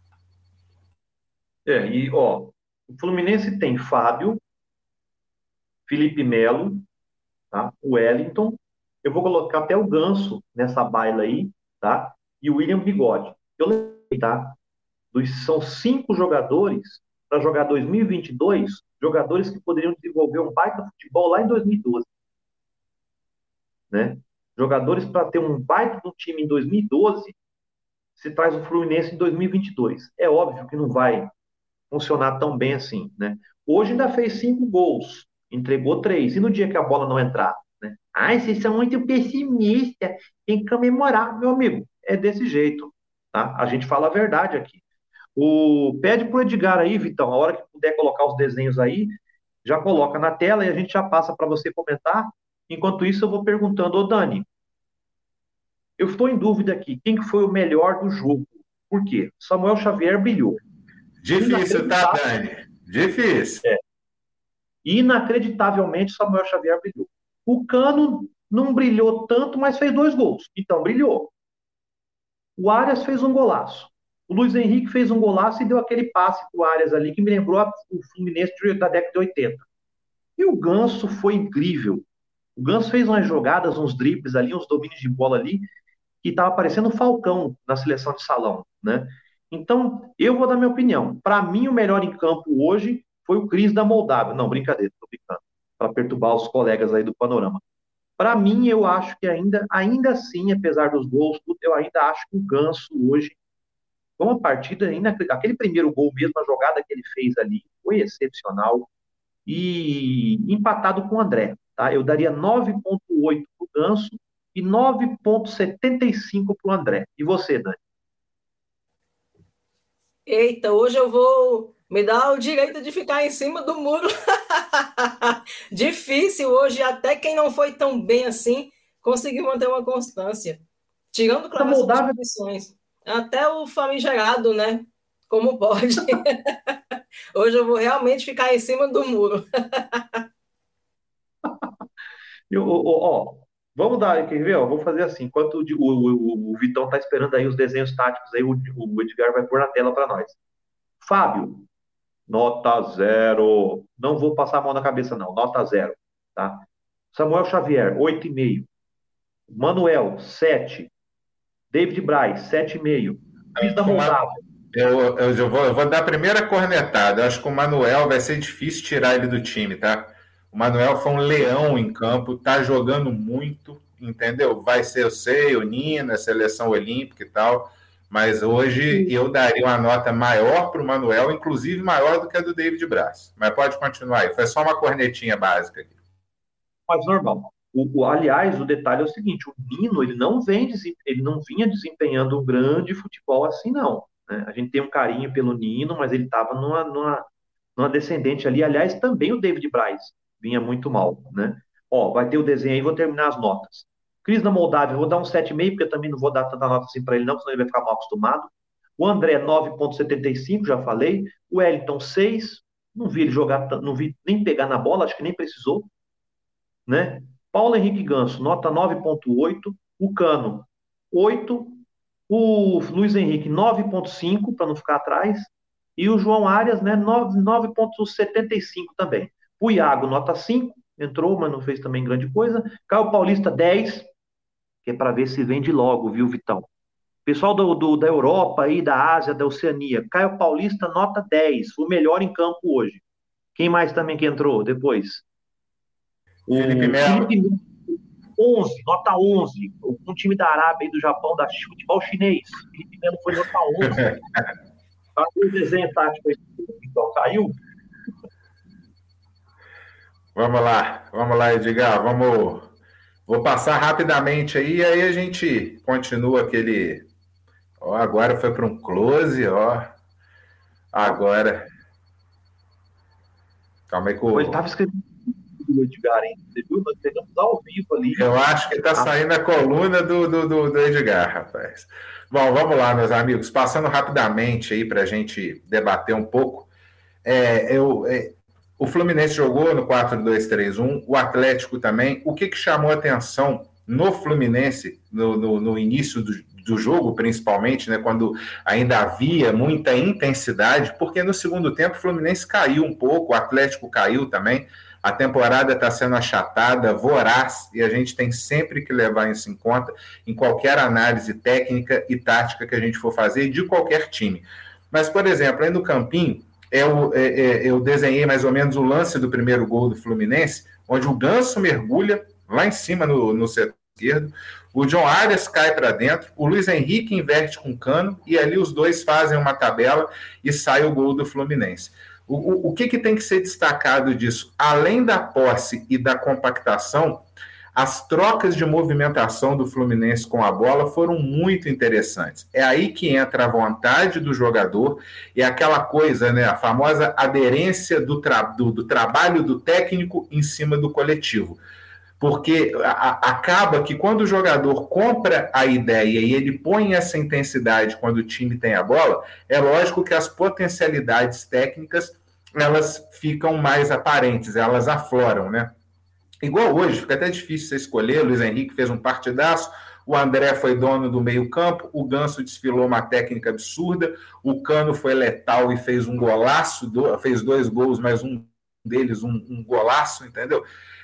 É, e ó, o Fluminense tem Fábio, Felipe Melo, tá? O Wellington, eu vou colocar até o Ganso nessa baila aí, tá? E o William Bigode. Eu lembrei, tá? Dos, são cinco jogadores para jogar dois mil e vinte e dois, jogadores que poderiam desenvolver um baita futebol lá em dois mil e doze. Né? Jogadores para ter um baita do time em dois mil e doze, se traz o Fluminense em dois mil e vinte e dois. É óbvio que não vai funcionar tão bem assim, né? Hoje ainda fez cinco gols, entregou três. E no dia que a bola não entrar? Né? Ai, vocês são muito pessimistas, tem que comemorar. Meu amigo, é desse jeito. Tá? A gente fala a verdade aqui. O, pede pro Edgar aí, Vitão, a hora que puder colocar os desenhos aí, já coloca na tela e a gente já passa para você comentar. Enquanto isso, eu vou perguntando, ô Dani, eu estou em dúvida aqui, quem que foi o melhor do jogo? Por quê? Samuel Xavier brilhou. Difícil, tá, Dani? Difícil. É. Inacreditavelmente, Samuel Xavier brilhou. O Cano não brilhou tanto, mas fez dois gols. Então, brilhou. O Arias fez um golaço. O Luiz Henrique fez um golaço e deu aquele passe para o Arias ali, que me lembrou o Fluminense da década de oitenta. E o Ganso foi incrível. O Ganso fez umas jogadas, uns dribles ali, uns domínios de bola ali, que estava parecendo o Falcão na seleção de salão, né? Então, eu vou dar minha opinião. Para mim, o melhor em campo hoje foi o Cris da Moldávia. Não, brincadeira, tô brincando. Para perturbar os colegas aí do Panorama. Para mim, eu acho que ainda, ainda assim, apesar dos gols, eu ainda acho que o Ganso hoje foi uma partida, ainda, aquele primeiro gol mesmo, a jogada que ele fez ali, foi excepcional. E empatado com o André. Tá? Eu daria nove vírgula oito para o Ganso e nove vírgula setenta e cinco para o André. E você, Dani? Eita, hoje eu vou me dar o direito de ficar em cima do muro. Difícil hoje, até quem não foi tão bem assim conseguiu manter uma constância. Tirando, claro, as Moldávia... substituições. Até o famigerado, né? Como pode. Hoje eu vou realmente ficar em cima do muro. eu, ó, ó, vamos dar, quer ver? Ó, vou fazer assim, enquanto o, o, o Vitão está esperando aí os desenhos táticos, aí o, o Edgar vai pôr na tela para nós. Fábio, nota zero. Não vou passar a mão na cabeça, não. Nota zero. Tá? Samuel Xavier, oito vírgula cinco. Manuel, sete. David Braz, sete vírgula cinco. Cris da Moldávia. Eu, eu, eu, vou, eu vou dar a primeira cornetada. Eu acho que o Manuel vai ser difícil tirar ele do time, tá? O Manuel foi um leão em campo, tá jogando muito, entendeu? Vai ser, eu sei, o Nina, seleção olímpica e tal, mas hoje Sim. eu daria uma nota maior para o Manuel, inclusive maior do que a do David Braz. Mas pode continuar aí, foi só uma cornetinha básica aqui. Mas normal. O, o, aliás, o detalhe é o seguinte, o Nino, ele não, vem, ele não vinha desempenhando um grande futebol assim, não. Né? A gente tem um carinho pelo Nino, mas ele estava numa, numa, numa descendente ali. Aliás, também o David Braz vinha muito mal, né? Ó, vai ter o desenho aí, vou terminar as notas. Cris da Moldávia, eu vou dar um sete vírgula cinco, porque eu também não vou dar tanta nota assim para ele, não, senão ele vai ficar mal acostumado. O André, nove vírgula setenta e cinco, já falei. O Wellington, seis. Não vi ele jogar, não vi nem pegar na bola, acho que nem precisou. Né? Paulo Henrique Ganso, nota nove vírgula oito. O Cano, oito. O Luiz Henrique, nove vírgula cinco, para não ficar atrás. E o João Arias, né, nove vírgula setenta e cinco também. O Iago, nota cinco, entrou, mas não fez também grande coisa. Caio Paulista, dez, que é para ver se vende logo, viu, Vitão? Pessoal do, do, da Europa, aí, da Ásia, da Oceania. Caio Paulista, nota dez, foi o melhor em campo hoje. Quem mais também que entrou depois? O Felipe Melo. Felipe Melo, onze, nota onze. Um time da Arábia e do Japão, da futebol chinês. Felipe Melo foi nota onze. O desenho tático aí, então, caiu? Vamos lá, vamos lá, Edgar, vamos... Vou passar rapidamente aí, e aí a gente continua aquele... Ó, agora foi para um close, ó. Agora... Calma aí que eu... Ele estava escrevendo do Edgar, hein? Você viu? Nós pegamos ao vivo ali. Eu acho que está saindo a coluna do, do, do, do Edgar, rapaz. Bom, vamos lá, meus amigos. Passando rapidamente aí para a gente debater um pouco. É, eu... É... O Fluminense jogou no quatro dois três um, o Atlético também. O que, que chamou a atenção no Fluminense, no, no, no início do, do jogo, principalmente, né, quando ainda havia muita intensidade, porque no segundo tempo o Fluminense caiu um pouco, o Atlético caiu também, a temporada está sendo achatada, voraz, e a gente tem sempre que levar isso em conta em qualquer análise técnica e tática que a gente for fazer de qualquer time. Mas, por exemplo, aí no Campinho, Eu, eu desenhei mais ou menos o lance do primeiro gol do Fluminense, onde o Ganso mergulha lá em cima no, no setor esquerdo, o John Arias cai para dentro, o Luiz Henrique inverte com o Cano, e ali os dois fazem uma tabela e sai o gol do Fluminense. O, o, o que, que tem que ser destacado disso? Além da posse e da compactação, as trocas de movimentação do Fluminense com a bola foram muito interessantes. É aí que entra a vontade do jogador e aquela coisa, né, a famosa aderência do, tra do, do trabalho do técnico em cima do coletivo. Porque a, acaba que quando o jogador compra a ideia e ele põe essa intensidade quando o time tem a bola, é lógico que as potencialidades técnicas elas ficam mais aparentes, elas afloram, né? Igual hoje, fica até difícil você escolher. O Luiz Henrique fez um partidaço, o André foi dono do meio-campo, o Ganso desfilou uma técnica absurda, o Cano foi letal e fez um golaço, fez dois gols, mas um deles um, um golaço, entendeu?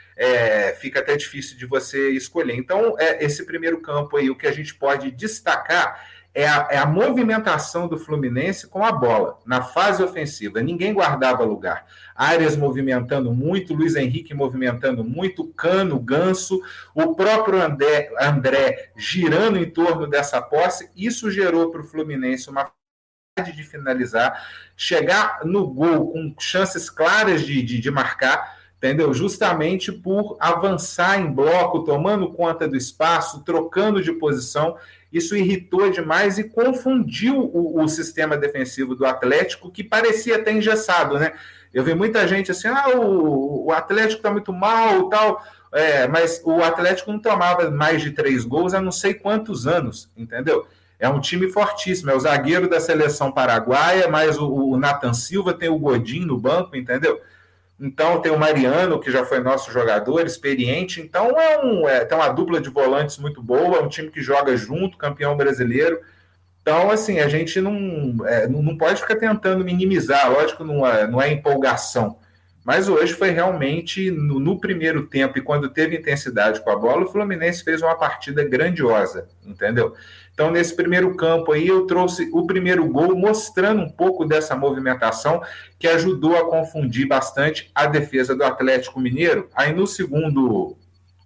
É, fica até difícil de você escolher. Então, é, esse primeiro campo aí, o que a gente pode destacar é a, é a movimentação do Fluminense com a bola, na fase ofensiva. Ninguém guardava lugar. Arias movimentando muito, Luiz Henrique movimentando muito, Cano, Ganso, o próprio André, André girando em torno dessa posse. Isso gerou para o Fluminense uma de finalizar, chegar no gol com chances claras de, de, de marcar, entendeu? Justamente por avançar em bloco, tomando conta do espaço, trocando de posição. Isso irritou demais e confundiu o, o sistema defensivo do Atlético, que parecia até engessado, né? Eu vi muita gente assim, ah, o, o Atlético está muito mal, tal, é, mas o Atlético não tomava mais de três gols há não sei quantos anos, entendeu? É um time fortíssimo, é o zagueiro da seleção paraguaia, mais o, o Nathan Silva, tem o Godin no banco, entendeu? Então tem o Mariano, que já foi nosso jogador, experiente. Então é um, é, tem uma dupla de volantes muito boa, é um time que joga junto, campeão brasileiro. Então, assim, a gente não, é, não pode ficar tentando minimizar, lógico, não é, não é empolgação. Mas hoje foi realmente, no, no primeiro tempo, e quando teve intensidade com a bola, o Fluminense fez uma partida grandiosa, entendeu? Então, nesse primeiro campo aí, eu trouxe o primeiro gol, mostrando um pouco dessa movimentação, que ajudou a confundir bastante a defesa do Atlético Mineiro. Aí, no segundo,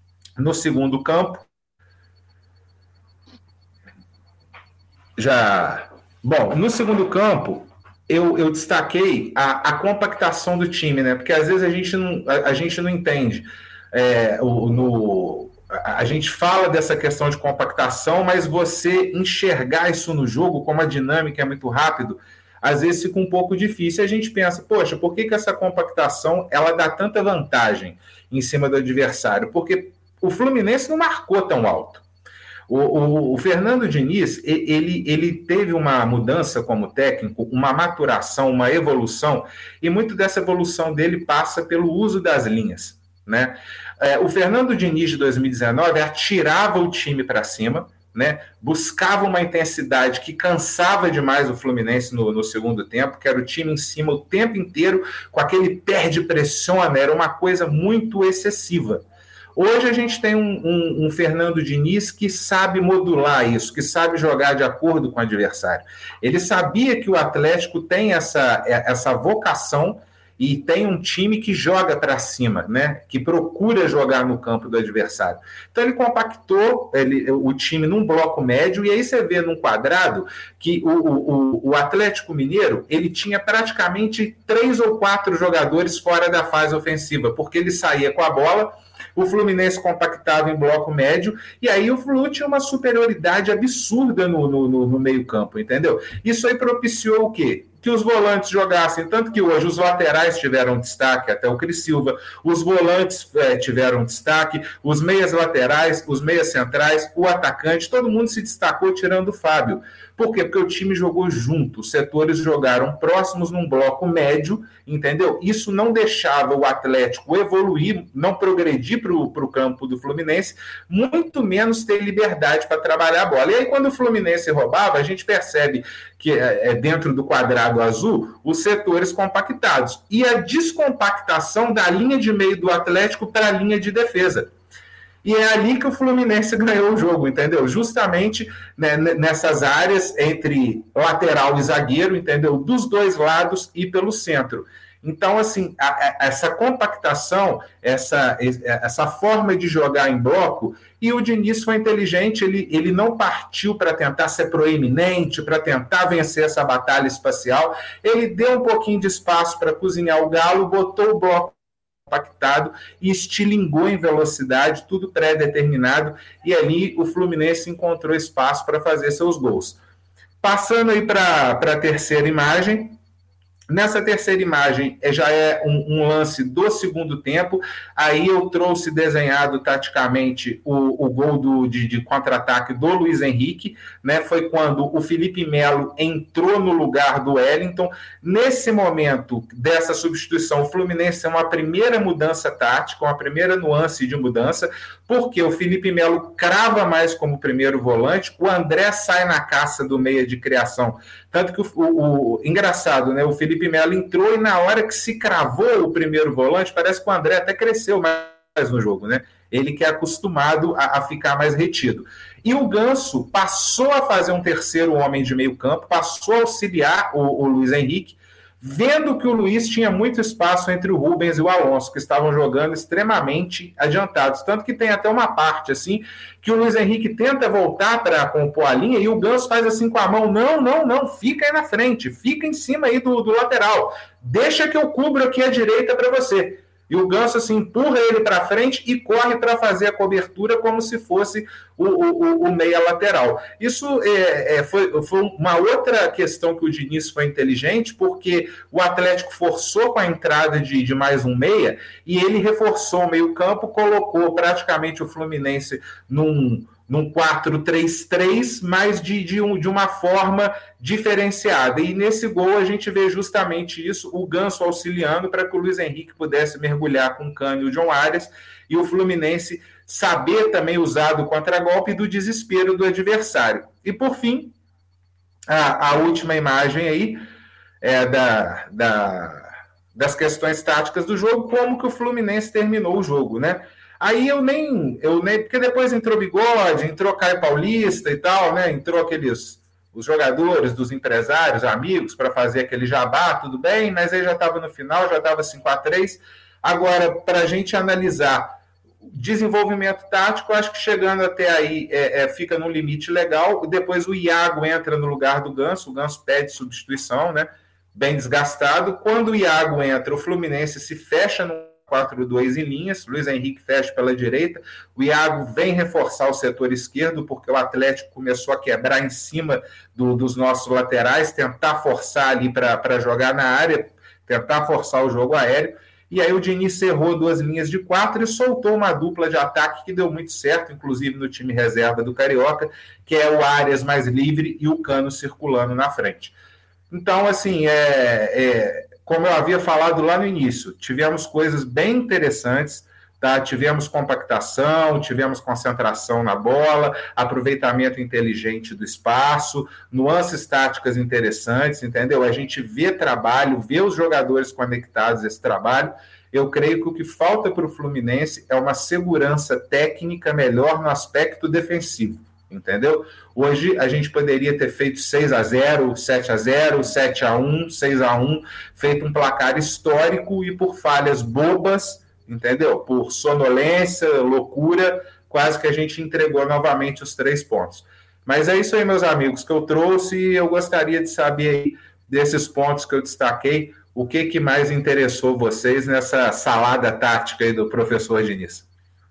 no segundo campo, já... Bom, no segundo campo, eu, eu destaquei a, a compactação do time, né? Porque, às vezes, a gente não, a, a gente não entende. É, o, no... A gente fala dessa questão de compactação, mas você enxergar isso no jogo, como a dinâmica é muito rápido, às vezes fica um pouco difícil. A gente pensa, poxa, por que, que essa compactação ela dá tanta vantagem em cima do adversário? Porque o Fluminense não marcou tão alto. O, o, o Fernando Diniz, ele, ele teve uma mudança como técnico, uma maturação, uma evolução, e muito dessa evolução dele passa pelo uso das linhas, né? É, o Fernando Diniz de dois mil e dezenove atirava o time para cima, né? Buscava uma intensidade que cansava demais o Fluminense no, no segundo tempo, que era o time em cima o tempo inteiro, com aquele perde-pressiona, era uma coisa muito excessiva. Hoje a gente tem um, um, um Fernando Diniz que sabe modular isso, que sabe jogar de acordo com o adversário. Ele sabia que o Atlético tem essa, essa vocação e tem um time que joga para cima, né? Que procura jogar no campo do adversário. Então ele compactou ele, o time num bloco médio, e aí você vê num quadrado que o, o, o Atlético Mineiro ele tinha praticamente três ou quatro jogadores fora da fase ofensiva, porque ele saía com a bola, o Fluminense compactava em bloco médio, e aí o Flu tinha uma superioridade absurda no, no, no meio campo, entendeu? Isso aí propiciou o quê? Que os volantes jogassem, tanto que hoje os laterais tiveram destaque, até o Cris Silva, os volantes é, tiveram destaque, os meias laterais, os meias centrais, o atacante, todo mundo se destacou tirando o Fábio. Por quê? Porque o time jogou junto, os setores jogaram próximos num bloco médio, entendeu? Isso não deixava o Atlético evoluir, não progredir para o campo do Fluminense, muito menos ter liberdade para trabalhar a bola. E aí, quando o Fluminense roubava, a gente percebe que é dentro do quadrado azul, os setores compactados. E a descompactação da linha de meio do Atlético para a linha de defesa. E é ali que o Fluminense ganhou o jogo, entendeu? Justamente, né, nessas áreas entre lateral e zagueiro, entendeu? Dos dois lados e pelo centro. Então, assim, a, a, essa compactação, essa, essa forma de jogar em bloco, e o Diniz foi inteligente, ele, ele não partiu para tentar ser proeminente, para tentar vencer essa batalha espacial, ele deu um pouquinho de espaço para cozinhar o galo, botou o bloco compactado e estilingou em velocidade, tudo pré-determinado, e ali o Fluminense encontrou espaço para fazer seus gols. Passando aí para a terceira imagem. Nessa terceira imagem já é um, um lance do segundo tempo. Aí eu trouxe desenhado taticamente o, o gol do, de, de contra-ataque do Luiz Henrique, né? Foi quando o Felipe Melo entrou no lugar do Wellington. Nesse momento dessa substituição, o Fluminense é uma primeira mudança tática, uma primeira nuance de mudança, porque o Felipe Melo crava mais como primeiro volante, o André sai na caça do meia de criação. Tanto que o, o, o engraçado, né? O Felipe Melo entrou e na hora que se cravou o primeiro volante, parece que o André até cresceu mais no jogo, né? Ele que é acostumado a, a ficar mais retido. E o Ganso passou a fazer um terceiro homem de meio campo, passou a auxiliar o, o Luiz Henrique, vendo que o Luiz tinha muito espaço entre o Rubens e o Alonso, que estavam jogando extremamente adiantados. Tanto que tem até uma parte assim, que o Luiz Henrique tenta voltar para compor a linha e o Ganso faz assim com a mão, não, não, não, fica aí na frente, fica em cima aí do, do lateral, deixa que eu cubro aqui a direita para você. E o Ganso assim, empurra ele para frente e corre para fazer a cobertura como se fosse o, o, o meia lateral. Isso é, é, foi, foi uma outra questão que o Diniz foi inteligente, porque o Atlético forçou com a entrada de, de mais um meia e ele reforçou o meio campo, colocou praticamente o Fluminense num... num quatro três três, mas de, de, um, de uma forma diferenciada. E nesse gol a gente vê justamente isso, o Ganso auxiliando para que o Luiz Henrique pudesse mergulhar com o Cano e o John Arias, e o Fluminense saber também usar do contragolpe e do desespero do adversário. E por fim, a, a última imagem aí é da, da, das questões táticas do jogo, como que o Fluminense terminou o jogo, né? Aí eu nem, eu nem, porque depois entrou Bigode, entrou Caio Paulista e tal, né? Entrou aqueles, os jogadores, dos empresários, amigos, para fazer aquele jabá, tudo bem, mas aí já estava no final, já estava cinco a três. Agora, para a gente analisar desenvolvimento tático, acho que chegando até aí é, é, fica num limite legal. Depois o Iago entra no lugar do Ganso, o Ganso pede substituição, né? Bem desgastado. Quando o Iago entra, o Fluminense se fecha no quatro dois em linhas, Luiz Henrique fecha pela direita, o Iago vem reforçar o setor esquerdo, porque o Atlético começou a quebrar em cima do, dos nossos laterais, tentar forçar ali para jogar na área, tentar forçar o jogo aéreo, e aí o Diniz cerrou duas linhas de quatro e soltou uma dupla de ataque que deu muito certo, inclusive no time reserva do Carioca, que é o Arias mais livre e o Cano circulando na frente. Então, assim, é... é como eu havia falado lá no início, tivemos coisas bem interessantes, tá? Tivemos compactação, tivemos concentração na bola, aproveitamento inteligente do espaço, nuances táticas interessantes, entendeu? A gente vê trabalho, vê os jogadores conectados a esse trabalho. Eu creio que o que falta para o Fluminense é uma segurança técnica melhor no aspecto defensivo. Entendeu? Hoje a gente poderia ter feito seis a zero, sete a zero, sete a um, seis a um, feito um placar histórico e por falhas bobas, entendeu? Por sonolência, loucura, quase que a gente entregou novamente os três pontos. Mas é isso aí, meus amigos, que eu trouxe e eu gostaria de saber aí desses pontos que eu destaquei, o que, que mais interessou vocês nessa salada tática aí do professor Diniz.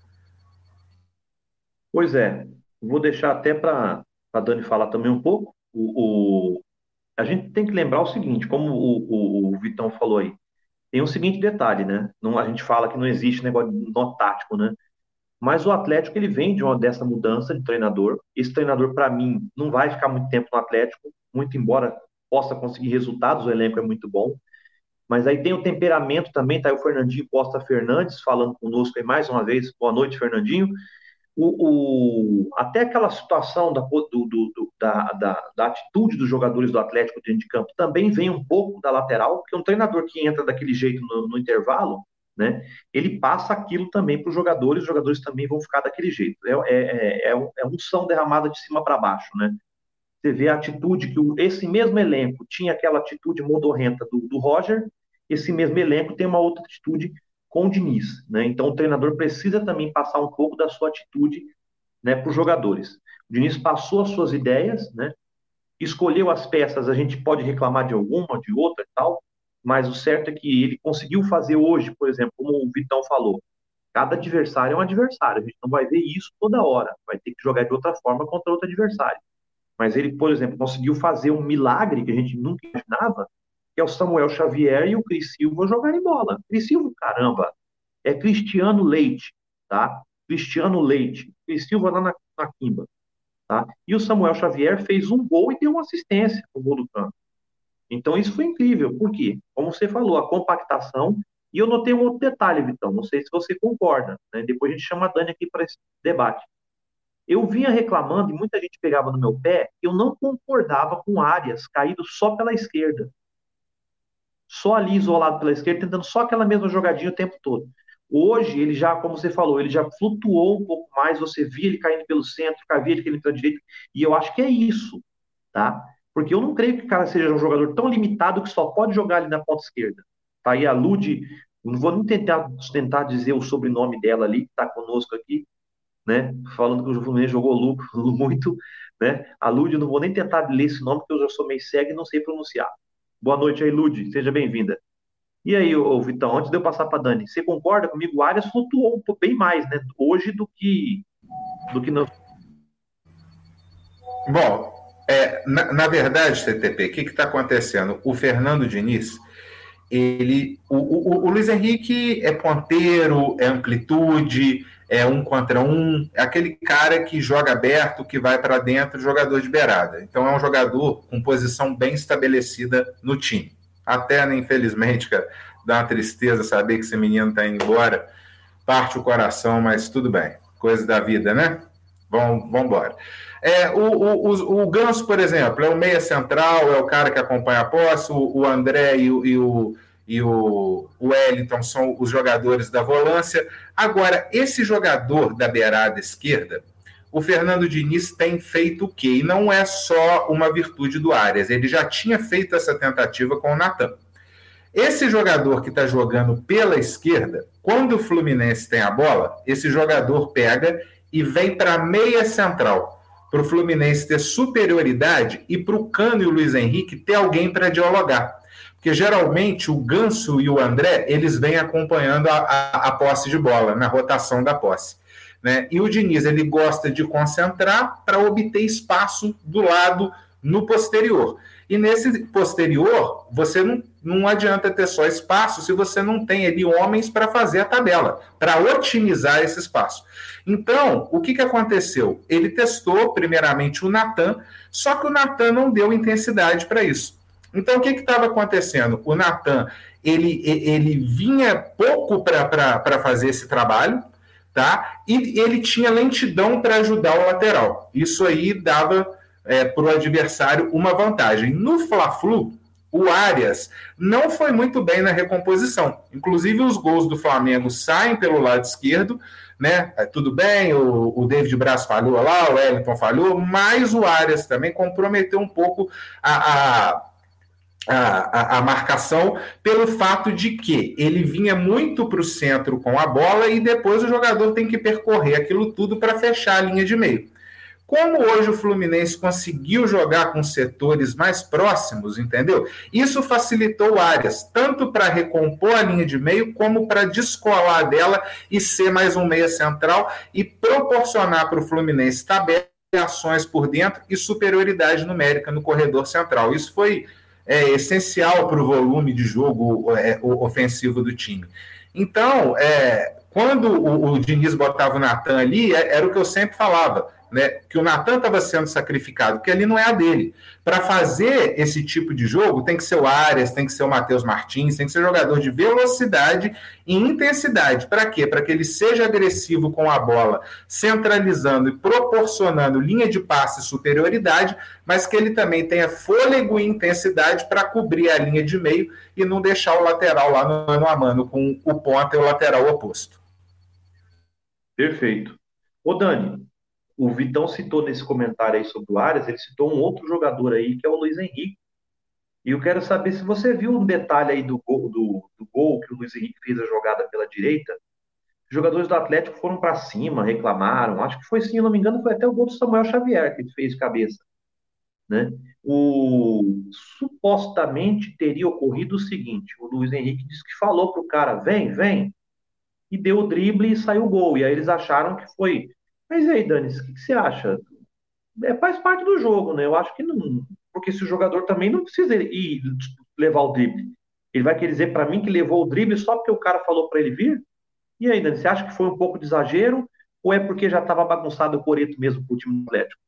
Pois é. Vou deixar até para a Dani falar também um pouco. O, o, a gente tem que lembrar o seguinte, como o, o, o Vitão falou aí, tem um seguinte detalhe, né? Não, a gente fala que não existe negócio de nó tático, né? Mas o Atlético, ele vem de uma dessa mudança de treinador. Esse treinador, para mim, não vai ficar muito tempo no Atlético, muito embora possa conseguir resultados, o elenco é muito bom. Mas aí tem o temperamento também, tá aí o Fernandinho Costa Fernandes falando conosco aí mais uma vez. Boa noite, Fernandinho. O, o, até aquela situação da, do, do, da, da, da atitude dos jogadores do Atlético dentro de campo também vem um pouco da lateral, porque um treinador que entra daquele jeito no, no intervalo, né, ele passa aquilo também para os jogadores, os jogadores também vão ficar daquele jeito. É, é, é, é unção derramada de cima para baixo, né? Você vê a atitude que o, esse mesmo elenco tinha aquela atitude modorrenta do, do Roger, esse mesmo elenco tem uma outra atitude com o Diniz, né? Então o treinador precisa também passar um pouco da sua atitude, né, para os jogadores. O Diniz passou as suas ideias, né? Escolheu as peças, a gente pode reclamar de alguma, de outra e tal, mas o certo é que ele conseguiu fazer hoje, por exemplo, como o Vitão falou, cada adversário é um adversário, a gente não vai ver isso toda hora, vai ter que jogar de outra forma contra outro adversário. Mas ele, por exemplo, conseguiu fazer um milagre que a gente nunca imaginava, que é o Samuel Xavier e o Cris Silva jogarem bola. Cris Silva, caramba, é Cristiano Leite, tá? Cristiano Leite. Cris Silva lá na, na Quimba, tá? E o Samuel Xavier fez um gol e deu uma assistência no gol do campo. Então isso foi incrível. Por quê? Como você falou, a compactação. E eu notei um outro detalhe, Vitão. Não sei se você concorda, né? Depois a gente chama a Dani aqui para esse debate. Eu vinha reclamando, e muita gente pegava no meu pé, eu não concordava com Arias caído só pela esquerda. Só ali isolado pela esquerda, tentando só aquela mesma jogadinha o tempo todo. Hoje, ele já, como você falou, ele já flutuou um pouco mais, você via ele caindo pelo centro, via ele caindo pela direita, e eu acho que é isso, tá? Porque eu não creio que o cara seja um jogador tão limitado que só pode jogar ali na ponta esquerda. Tá aí a Lud, não vou nem tentar, tentar dizer o sobrenome dela ali, que está conosco aqui, né? Falando que o Fluminense jogou lucro muito, né? A Lud, eu não vou nem tentar ler esse nome, porque eu já sou meio cego e não sei pronunciar. Boa noite aí, Lud, seja bem-vinda. E aí, ô, Vitão, antes de eu passar para Dani, você concorda comigo? O Arias flutuou bem mais, né? Hoje do que do que não. Bom, é, na, na verdade, T T P, o que está acontecendo? O Fernando Diniz, ele, o, o, o Luiz Henrique é ponteiro, é amplitude, é um contra um, é aquele cara que joga aberto, que vai para dentro, jogador de beirada. Então é um jogador com posição bem estabelecida no time. Até, né, infelizmente, cara, dá uma tristeza saber que esse menino está indo embora, parte o coração, mas tudo bem, coisa da vida, né? Vamos embora. É, o, o, o Ganso, por exemplo, é o meia central, é o cara que acompanha a posse, o, o André e o, e o e o, o Wellington são os jogadores da volância. Agora, esse jogador da beirada esquerda, o Fernando Diniz tem feito o quê? E não é só uma virtude do Arias, ele já tinha feito essa tentativa com o Natan. Esse jogador que está jogando pela esquerda, quando o Fluminense tem a bola, esse jogador pega e vem para a meia central, para o Fluminense ter superioridade e para o Cano e o Luiz Henrique ter alguém para dialogar. Porque geralmente o Ganso e o André, eles vêm acompanhando a, a, a posse de bola, na rotação da posse. Né? E o Diniz, ele gosta de concentrar para obter espaço do lado no posterior. E nesse posterior, você não, não adianta ter só espaço se você não tem ali homens para fazer a tabela, para otimizar esse espaço. Então, o que, que aconteceu? Ele testou primeiramente o Natan, só que o Natan não deu intensidade para isso. Então, o que estava acontecendo? O Natan, ele, ele vinha pouco para fazer esse trabalho, tá? E ele tinha lentidão para ajudar o lateral. Isso aí dava é, para o adversário uma vantagem. No Fla-Flu, o Arias não foi muito bem na recomposição. Inclusive, os gols do Flamengo saem pelo lado esquerdo, né? É, tudo bem, o, o David Braz falhou lá, o Wellington falhou, mas o Arias também comprometeu um pouco a... a A, a, a marcação pelo fato de que ele vinha muito para o centro com a bola e depois o jogador tem que percorrer aquilo tudo para fechar a linha de meio. Como hoje o Fluminense conseguiu jogar com setores mais próximos, entendeu? Isso facilitou o Arias, tanto para recompor a linha de meio, como para descolar dela e ser mais um meia central e proporcionar para o Fluminense tabelações por dentro e superioridade numérica no corredor central. Isso foi é essencial para o volume de jogo é, ofensivo do time. Então, é, quando o, o Diniz botava o Natan ali, é, era o que eu sempre falava, né, que o Natan estava sendo sacrificado, porque ali não é a dele. Para fazer esse tipo de jogo, tem que ser o Arias, tem que ser o Matheus Martins, tem que ser jogador de velocidade e intensidade. Para quê? Para que ele seja agressivo com a bola, centralizando e proporcionando linha de passe e superioridade, mas que ele também tenha fôlego e intensidade para cobrir a linha de meio e não deixar o lateral lá no mano a mano com o ponta e o lateral oposto. Perfeito. Ô, Dani, o Vitão citou nesse comentário aí sobre o Arias, ele citou um outro jogador aí, que é o Luiz Henrique. E eu quero saber se você viu um detalhe aí do gol, do, do gol que o Luiz Henrique fez a jogada pela direita. Os jogadores do Atlético foram para cima, reclamaram. Acho que foi, se eu não me engano, foi até o gol do Samuel Xavier que ele fez de cabeça, né? O, supostamente teria ocorrido o seguinte: o Luiz Henrique disse que falou pro cara, vem, vem, e deu o drible e saiu o gol. E aí eles acharam que foi. Mas e aí, Dani, o que, que você acha? É, faz parte do jogo, né? Eu acho que não. Porque se o jogador também não precisa ir levar o drible. Ele vai querer dizer para mim que levou o drible só porque o cara falou para ele vir? E aí, Dani, você acha que foi um pouco de exagero? Ou é porque já estava bagunçado o coreto mesmo pro time do Atlético?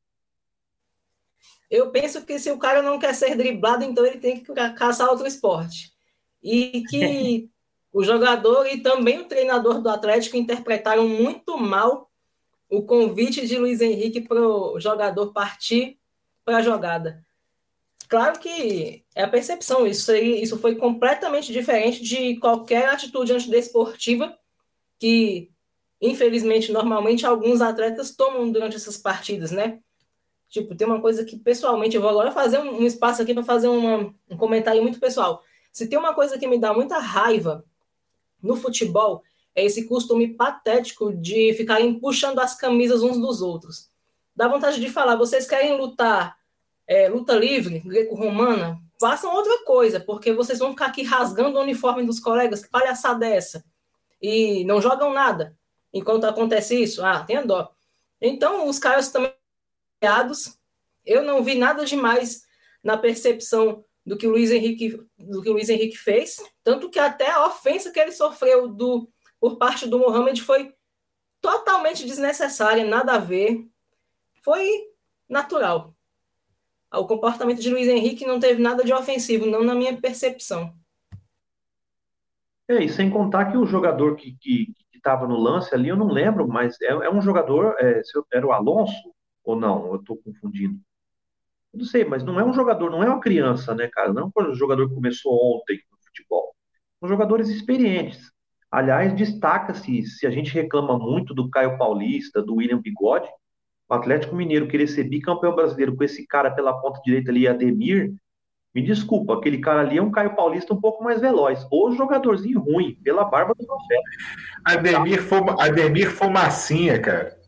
Eu penso que se o cara não quer ser driblado, então ele tem que caçar outro esporte. E que o jogador e também o treinador do Atlético interpretaram muito mal o convite de Luiz Henrique para o jogador partir para a jogada. Claro que é a percepção, isso, aí, isso foi completamente diferente de qualquer atitude antidesportiva que, infelizmente, normalmente alguns atletas tomam durante essas partidas, né? Tipo, tem uma coisa que, pessoalmente, eu vou agora fazer um, um espaço aqui para fazer uma, um comentário muito pessoal. Se tem uma coisa que me dá muita raiva no futebol, é esse costume patético de ficarem puxando as camisas uns dos outros. Dá vontade de falar, vocês querem lutar, é, luta livre, greco-romana? Façam outra coisa, porque vocês vão ficar aqui rasgando o uniforme dos colegas, que palhaçada é essa? E não jogam nada. Enquanto acontece isso, ah, tenha dó. Então, os caras também eu não vi nada demais na percepção do que o Luiz Henrique, do que o Luiz Henrique fez, tanto que até a ofensa que ele sofreu do, por parte do Mohamed foi totalmente desnecessária, nada a ver, foi natural. O comportamento de Luiz Henrique não teve nada de ofensivo, não na minha percepção. É, e sem contar que o jogador que estava no lance ali, eu não lembro, mas é, é um jogador, é, se eu- era o Alonso ou não? Eu estou confundindo. Eu não sei, mas não é um jogador, não é uma criança, né, cara? Não é um jogador que começou ontem no futebol. São jogadores experientes. Aliás, destaca-se, se a gente reclama muito do Caio Paulista, do William Bigode, o Atlético Mineiro querer ser bicampeão brasileiro com esse cara pela ponta direita ali, Ademir, me desculpa, aquele cara ali é um Caio Paulista um pouco mais veloz. Ou jogadorzinho ruim, pela barba do profeta. Ademir, Fuma, Ademir Fumacinha, cara.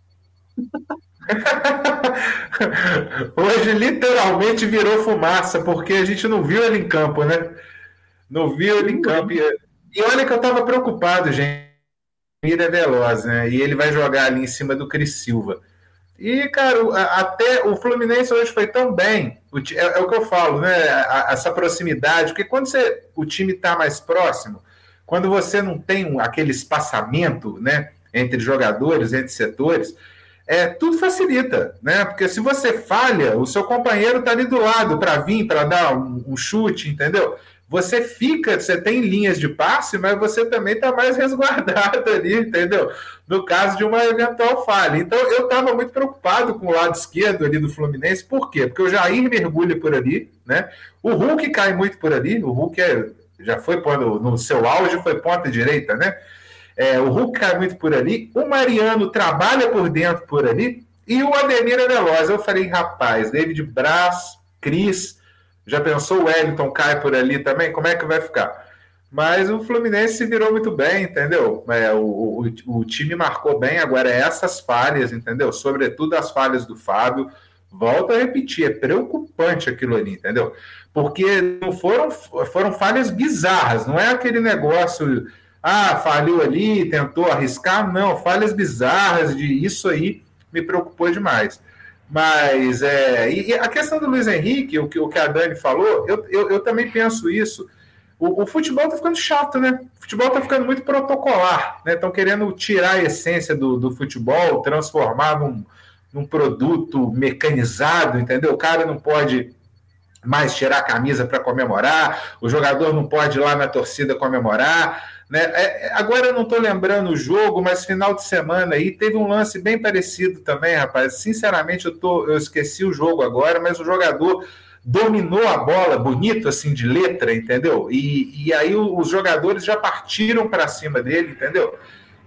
Hoje literalmente virou fumaça, porque a gente não viu ele em campo, né? Não viu ele em campo. E, e olha que eu tava preocupado, gente. Ele é veloz, né? E ele vai jogar ali em cima do Cris Silva. E, cara, até o Fluminense hoje foi tão bem. É, é o que eu falo, né? Essa proximidade, porque quando você, o time está mais próximo, quando você não tem aquele espaçamento, né, entre jogadores, entre setores, é, tudo facilita, né? Porque se você falha, o seu companheiro está ali do lado para vir, para dar um, um chute, entendeu? Você fica, você tem linhas de passe, mas você também está mais resguardado ali, entendeu? No caso de uma eventual falha. Então, eu estava muito preocupado com o lado esquerdo ali do Fluminense. Por quê? Porque o Jair mergulha por ali, né? O Hulk cai muito por ali. O Hulk é, já foi no, no seu auge, foi ponta direita, né? É, o Hulk cai muito por ali. O Mariano trabalha por dentro por ali. E o Ademir é veloz. Eu falei, rapaz, David Braz, Cris... Já pensou o Wellington cai por ali também? Como é que vai ficar? Mas o Fluminense se virou muito bem, entendeu? É, o, o, o time marcou bem, agora essas falhas, entendeu? Sobretudo as falhas do Fábio. Volto a repetir, é preocupante aquilo ali, entendeu? Porque não foram, foram falhas bizarras, não é aquele negócio, ah, falhou ali, tentou arriscar, não, falhas bizarras, de isso aí me preocupou demais. Mas é, e a questão do Luiz Henrique, o que, o que a Dani falou, eu, eu, eu também penso isso. O, o futebol está ficando chato, né? O futebol está ficando muito protocolar, né? Estão querendo tirar a essência do, do futebol, transformar num, num produto mecanizado, entendeu? O cara não pode mais tirar a camisa para comemorar, o jogador não pode ir lá na torcida comemorar, né? É, agora eu não estou lembrando o jogo, mas final de semana aí teve um lance bem parecido também, rapaz. Sinceramente, eu, tô, eu esqueci o jogo agora, mas o jogador dominou a bola, bonito assim, de letra, entendeu? E, e aí os jogadores já partiram para cima dele, entendeu?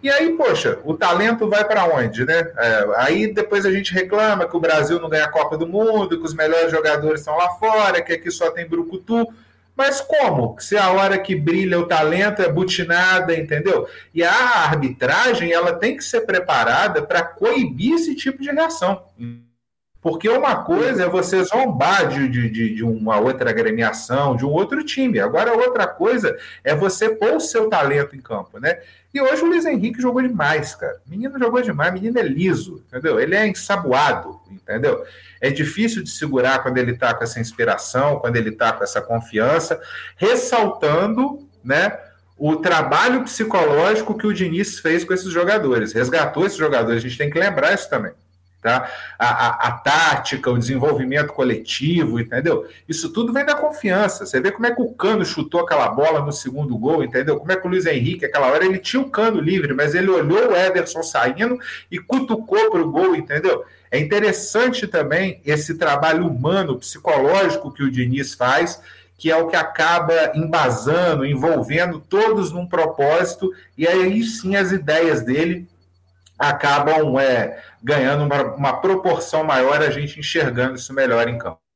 E aí, poxa, o talento vai para onde, né? É, aí depois a gente reclama que o Brasil não ganha a Copa do Mundo, que os melhores jogadores estão lá fora, que aqui só tem brucutu. Mas como? Se a hora que brilha o talento é butinada, entendeu? E a arbitragem, ela tem que ser preparada para coibir esse tipo de reação. Porque uma coisa é você zombar de, de, de uma outra agremiação, de um outro time. Agora, outra coisa é você pôr o seu talento em campo, né? E hoje o Luiz Henrique jogou demais, cara. O menino jogou demais, o menino é liso, entendeu? Ele é ensaboado, entendeu? É difícil de segurar quando ele tá com essa inspiração, quando ele tá com essa confiança, ressaltando, né, o trabalho psicológico que o Diniz fez com esses jogadores. Resgatou esses jogadores, a gente tem que lembrar isso também. Tá? A, a, a tática, o desenvolvimento coletivo, entendeu? Isso tudo vem da confiança. Você vê como é que o Cano chutou aquela bola no segundo gol, entendeu? Como é que o Luiz Henrique, aquela hora, ele tinha o Cano livre, mas ele olhou o Ederson saindo e cutucou para o gol, entendeu? É interessante também esse trabalho humano, psicológico que o Diniz faz, que é o que acaba embasando, envolvendo todos num propósito, e aí sim as ideias dele acabam é, ganhando uma, uma proporção maior, a gente enxergando isso melhor em campo.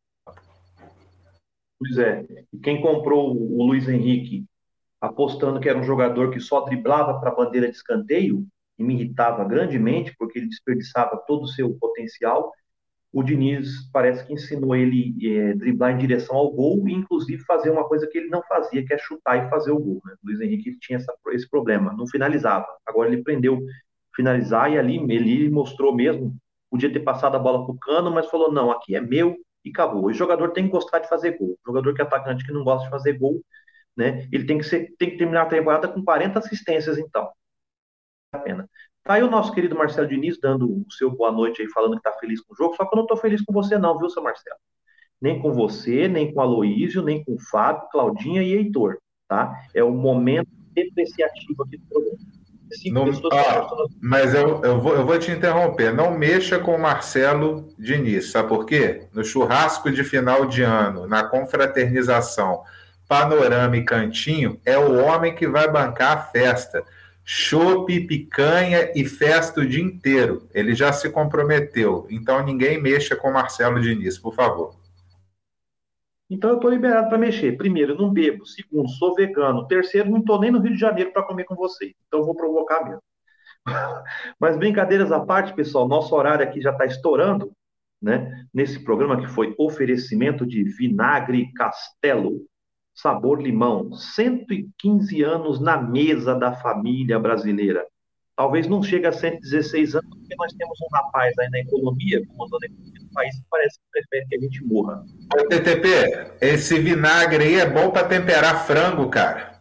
Pois é. E quem comprou o Luiz Henrique apostando que era um jogador que só driblava para a bandeira de escanteio, e me irritava grandemente, porque ele desperdiçava todo o seu potencial, o Diniz parece que ensinou ele é, driblar em direção ao gol e, inclusive, fazer uma coisa que ele não fazia, que é chutar e fazer o gol. Né? O Luiz Henrique tinha essa, esse problema, não finalizava. Agora ele aprendeu finalizar, e ali ele mostrou mesmo, podia ter passado a bola para o Cano, mas falou, não, aqui é meu, e acabou. O jogador tem que gostar de fazer gol. O jogador que é atacante que não gosta de fazer gol, né, ele tem que, ser, tem que terminar a temporada com quarenta assistências, então. A pena. Tá aí o nosso querido Marcelo Diniz dando o seu boa noite aí, falando que tá feliz com o jogo, só que eu não tô feliz com você não, viu, seu Marcelo? Nem com você, nem com o Aloísio, nem com o Fábio, Claudinha e Heitor, tá? É o momento depreciativo aqui do programa. Não, ah, mas eu, eu, vou, eu vou te interromper. Não mexa com o Marcelo Diniz, sabe por quê? No churrasco de final de ano, na confraternização, Panorama e Cantinho, é o homem que vai bancar a festa. Chope, picanha e festa o dia inteiro. Ele já se comprometeu. Então ninguém mexa com o Marcelo Diniz, por favor. Então eu estou liberado para mexer. Primeiro, eu não bebo. Segundo, sou vegano. Terceiro, não estou nem no Rio de Janeiro para comer com vocês. Então eu vou provocar mesmo. Mas brincadeiras à parte, pessoal, nosso horário aqui já está estourando, né? Nesse programa que foi oferecimento de Vinagre Castelo, sabor limão. cento e quinze anos na mesa da família brasileira. Talvez não chegue a cento e dezesseis anos, porque nós temos um rapaz aí na economia, comandando a economia do país, que parece que prefere que a gente morra. Ô, T T P, esse vinagre aí é bom para temperar frango, cara.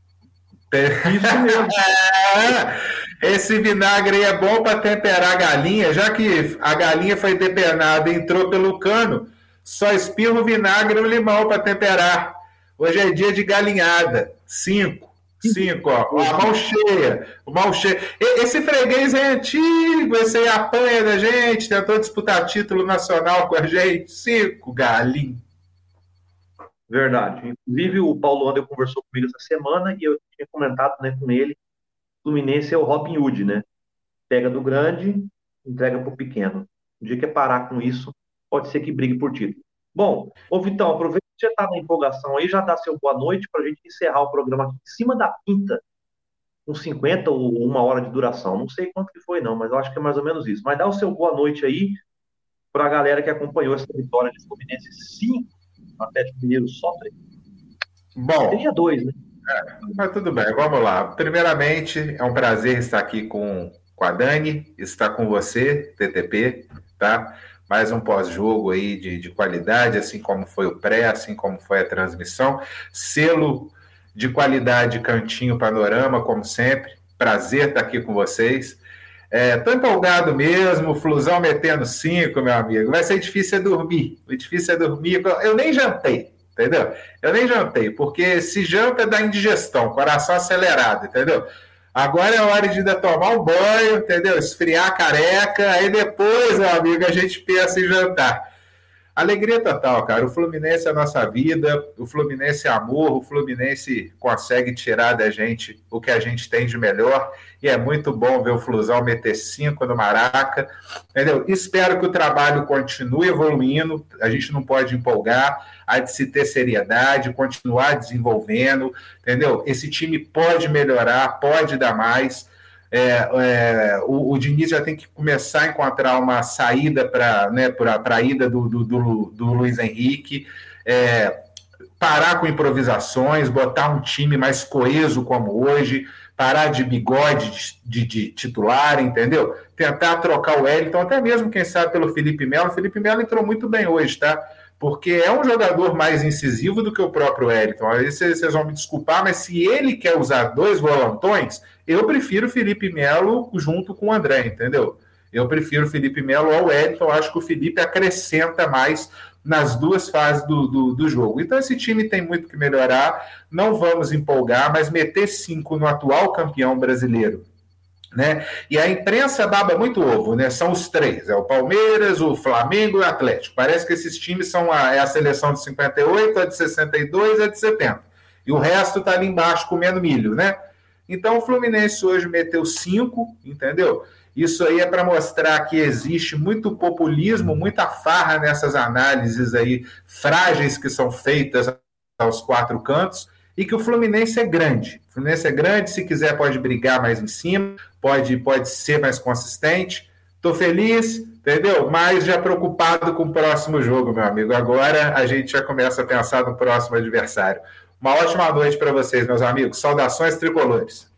Isso mesmo. Esse vinagre aí é bom para temperar a galinha, já que a galinha foi depenada e entrou pelo cano, só espirra o vinagre e o limão para temperar. Hoje é dia de galinhada. Cinco. Cinco, ó. A mão cheia. Mão cheia. Esse freguês é antigo, esse aí apanha da gente, tentou disputar título nacional com a gente. Cinco, galinho. Verdade. Inclusive, o Paulo André conversou comigo essa semana e eu tinha comentado, né, com ele. O Fluminense é o Robin Hood, né? Pega do grande, entrega pro pequeno. O dia que é parar com isso, pode ser que brigue por título. Bom, ô Vitão, aproveita que você está na empolgação aí, já dá seu boa noite para a gente encerrar o programa aqui em cima da pinta, com cinquenta ou uma hora de duração. Não sei quanto que foi, não, mas eu acho que é mais ou menos isso. Mas dá o seu boa noite aí para a galera que acompanhou essa vitória de Fluminense cinco, Atlético Mineiro só três. Bom, teria dois, né? É, mas tudo bem, vamos lá. Primeiramente, é um prazer estar aqui com, com a Dani, estar com você, T T P, tá? Mais um pós-jogo aí de, de qualidade, assim como foi o pré, assim como foi a transmissão. Selo de qualidade Cantinho Panorama, como sempre. Prazer estar aqui com vocês. Estou é, empolgado mesmo, Flusão metendo cinco, meu amigo. Vai ser difícil é dormir. O difícil é dormir. Eu nem jantei, entendeu? Eu nem jantei, porque se janta dá indigestão, coração acelerado, entendeu? Agora é hora de ainda tomar um banho, entendeu? Esfriar a careca, aí depois, meu amigo, a gente pensa em jantar. Alegria total, cara. O Fluminense é a nossa vida, o Fluminense é amor, o Fluminense consegue tirar da gente o que a gente tem de melhor, e é muito bom ver o Flusão meter cinco no Maraca, entendeu? Espero que o trabalho continue evoluindo, a gente não pode empolgar, há de se ter seriedade, continuar desenvolvendo, entendeu? Esse time pode melhorar, pode dar mais. É, é, o, o Diniz já tem que começar a encontrar uma saída para, né, para a ida do, do, do, do Luiz Henrique, é, parar com improvisações, botar um time mais coeso como hoje, parar de bigode de, de, de titular, entendeu? Tentar trocar o Wellington, até mesmo, quem sabe, pelo Felipe Melo. O Felipe Melo entrou muito bem hoje, tá? Porque é um jogador mais incisivo do que o próprio Wellington. Aí vocês vão me desculpar, mas se ele quer usar dois volantões, eu prefiro o Felipe Melo junto com o André, entendeu? Eu prefiro o Felipe Melo ao Wellington, acho que o Felipe acrescenta mais nas duas fases do, do, do jogo. Então esse time tem muito que melhorar, não vamos empolgar, mas meter cinco no atual campeão brasileiro, né? E a imprensa baba muito ovo, né? São os três, é o Palmeiras, o Flamengo e o Atlético. Parece que esses times são a, é a seleção de cinquenta e oito, a de sessenta e dois, a de setenta. E o resto tá ali embaixo comendo milho, né? Então o Fluminense hoje meteu cinco, entendeu? Isso aí é para mostrar que existe muito populismo, muita farra nessas análises aí frágeis que são feitas aos quatro cantos, e que o Fluminense é grande. O Fluminense é grande, se quiser pode brigar mais em cima, pode, pode ser mais consistente. Estou feliz, entendeu? Mas já preocupado com o próximo jogo, meu amigo. Agora a gente já começa a pensar no próximo adversário. Uma ótima noite para vocês, meus amigos. Saudações tricolores.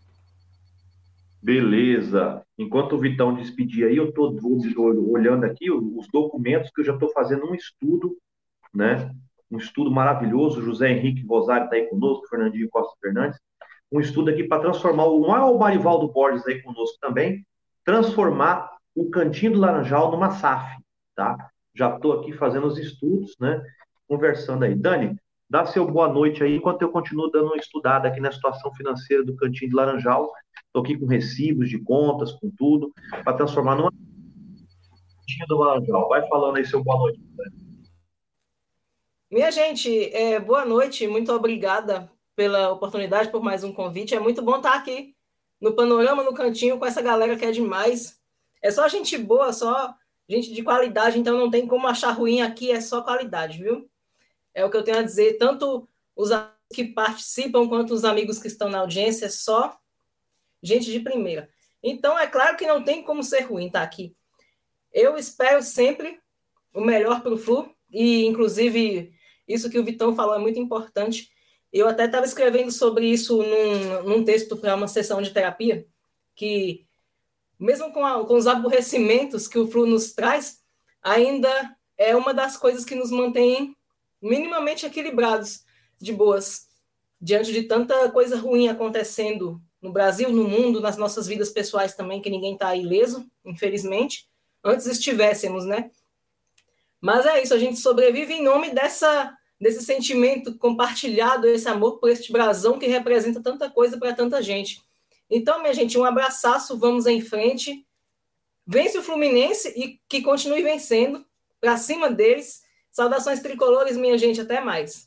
Beleza. Enquanto o Vitão despedir aí, eu estou olhando aqui os documentos que eu já estou fazendo um estudo, né? Um estudo maravilhoso. José Henrique Vosari está aí conosco, Fernandinho Costa Fernandes. Um estudo aqui para transformar, o maior Marivaldo Borges aí conosco também, transformar o Cantinho do Laranjal numa S A F, tá? Já estou aqui fazendo os estudos, né? Conversando aí. Dani, dá seu boa noite aí, enquanto eu continuo dando uma estudada aqui na situação financeira do Cantinho do Laranjal. Estou aqui com recibos de contas, com tudo, para transformar numa Cantinho do Laranjal. Vai falando aí seu boa noite, Dani. Minha gente, é, boa noite, muito obrigada pela oportunidade, por mais um convite. É muito bom estar aqui no Panorama, no Cantinho, com essa galera que é demais. É só gente boa, só gente de qualidade, então não tem como achar ruim aqui, é só qualidade, viu? É o que eu tenho a dizer, tanto os amigos que participam, quanto os amigos que estão na audiência, é só gente de primeira. Então, é claro que não tem como ser ruim estar aqui. Eu espero sempre o melhor para o Flu, e inclusive isso que o Vitão falou é muito importante. Eu até estava escrevendo sobre isso num, num texto para uma sessão de terapia, que mesmo com, a, com os aborrecimentos que o Flu nos traz, ainda é uma das coisas que nos mantém minimamente equilibrados, de boas, diante de tanta coisa ruim acontecendo no Brasil, no mundo, nas nossas vidas pessoais também, que ninguém está ileso, infelizmente. Antes estivéssemos, né? Mas é isso, a gente sobrevive em nome dessa, desse sentimento compartilhado, esse amor por este brasão que representa tanta coisa para tanta gente. Então, minha gente, um abraçaço, vamos em frente. Vence o Fluminense e que continue vencendo, para cima deles. Saudações tricolores, minha gente, até mais.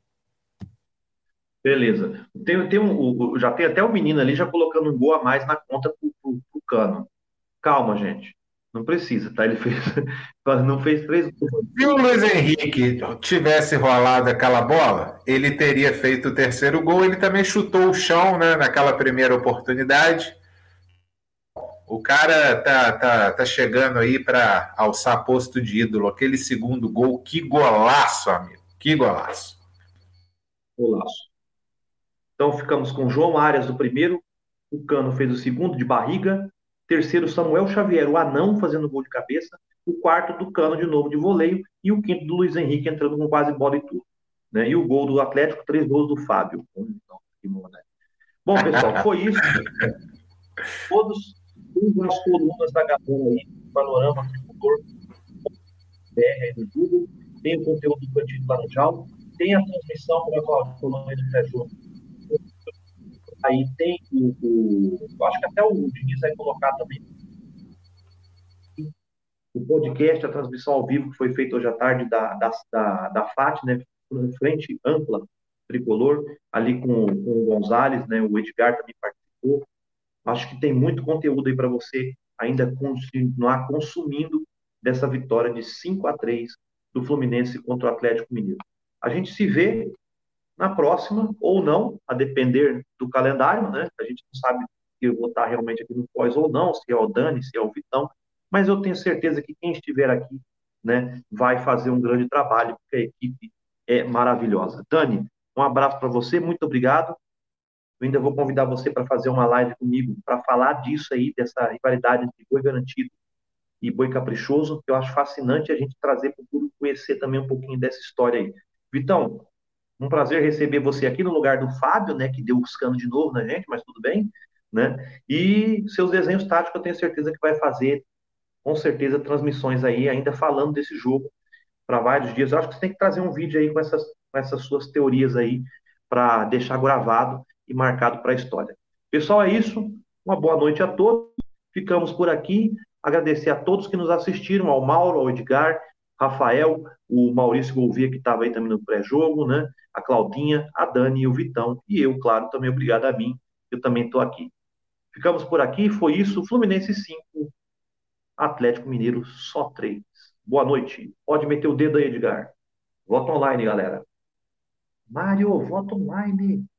Beleza. Tem, tem um, já tem até o menino ali já colocando um gol a mais na conta pro, pro, pro Cano. Calma, gente. Não precisa, tá? Ele fez, não fez três gols. Se o Luiz Henrique tivesse rolado aquela bola, ele teria feito o terceiro gol. Ele também chutou o chão, né, naquela primeira oportunidade. O cara tá, tá, tá chegando aí para alçar posto de ídolo. Aquele segundo gol, que golaço, amigo. Que golaço. Golaço. Então ficamos com João Arias do primeiro, o Cano fez o segundo de barriga, terceiro Samuel Xavier, o anão, fazendo gol de cabeça, o quarto do Cano de novo de voleio e o quinto do Luiz Henrique entrando com quase bola e tudo. Né? E o gol do Atlético, três gols do Fábio. Bom, pessoal, foi isso. Todos as colunas da Gabão aí, Panorama Tricolor, B R no Google, tem o conteúdo do Cantinho do Laranjal, tem a transmissão para a coluna do pré-jogo. Aí tem o, o. Acho que até o Diniz vai colocar também. o podcast, a transmissão ao vivo que foi feita hoje à tarde da, da, da, da F A T, né? Frente Ampla Tricolor, ali com, com o Gonzalez, né? O Edgar também participou. Acho que tem muito conteúdo aí para você ainda continuar consumindo dessa vitória de cinco a três do Fluminense contra o Atlético Mineiro. A gente se vê na próxima, ou não, a depender do calendário, né? A gente não sabe se eu vou estar realmente aqui no pós ou não, se é o Dani, se é o Vitão, mas eu tenho certeza que quem estiver aqui, né, vai fazer um grande trabalho, porque a equipe é maravilhosa. Dani, um abraço para você, muito obrigado. Eu ainda vou convidar você para fazer uma live comigo, para falar disso aí, dessa rivalidade entre Boi Garantido e Boi Caprichoso, que eu acho fascinante a gente trazer para o público conhecer também um pouquinho dessa história aí. Vitão, um prazer receber você aqui no lugar do Fábio, né, que deu buscando de novo na gente, mas tudo bem, né? E seus desenhos táticos eu tenho certeza que vai fazer, com certeza, transmissões aí, ainda falando desse jogo para vários dias. Eu acho que você tem que trazer um vídeo aí com essas, com essas suas teorias aí, para deixar gravado e marcado para a história. Pessoal, é isso. Uma boa noite a todos. Ficamos por aqui. Agradecer a todos que nos assistiram, ao Mauro, ao Edgar, Rafael, o Maurício Gouveia, que estava aí também no pré-jogo, né? A Claudinha, a Dani e o Vitão. E eu, claro, também obrigado a mim. Eu também estou aqui. Ficamos por aqui. Foi isso. Fluminense cinco, Atlético Mineiro só três. Boa noite. Pode meter o dedo aí, Edgar. Voto online, galera. Mário, voto online.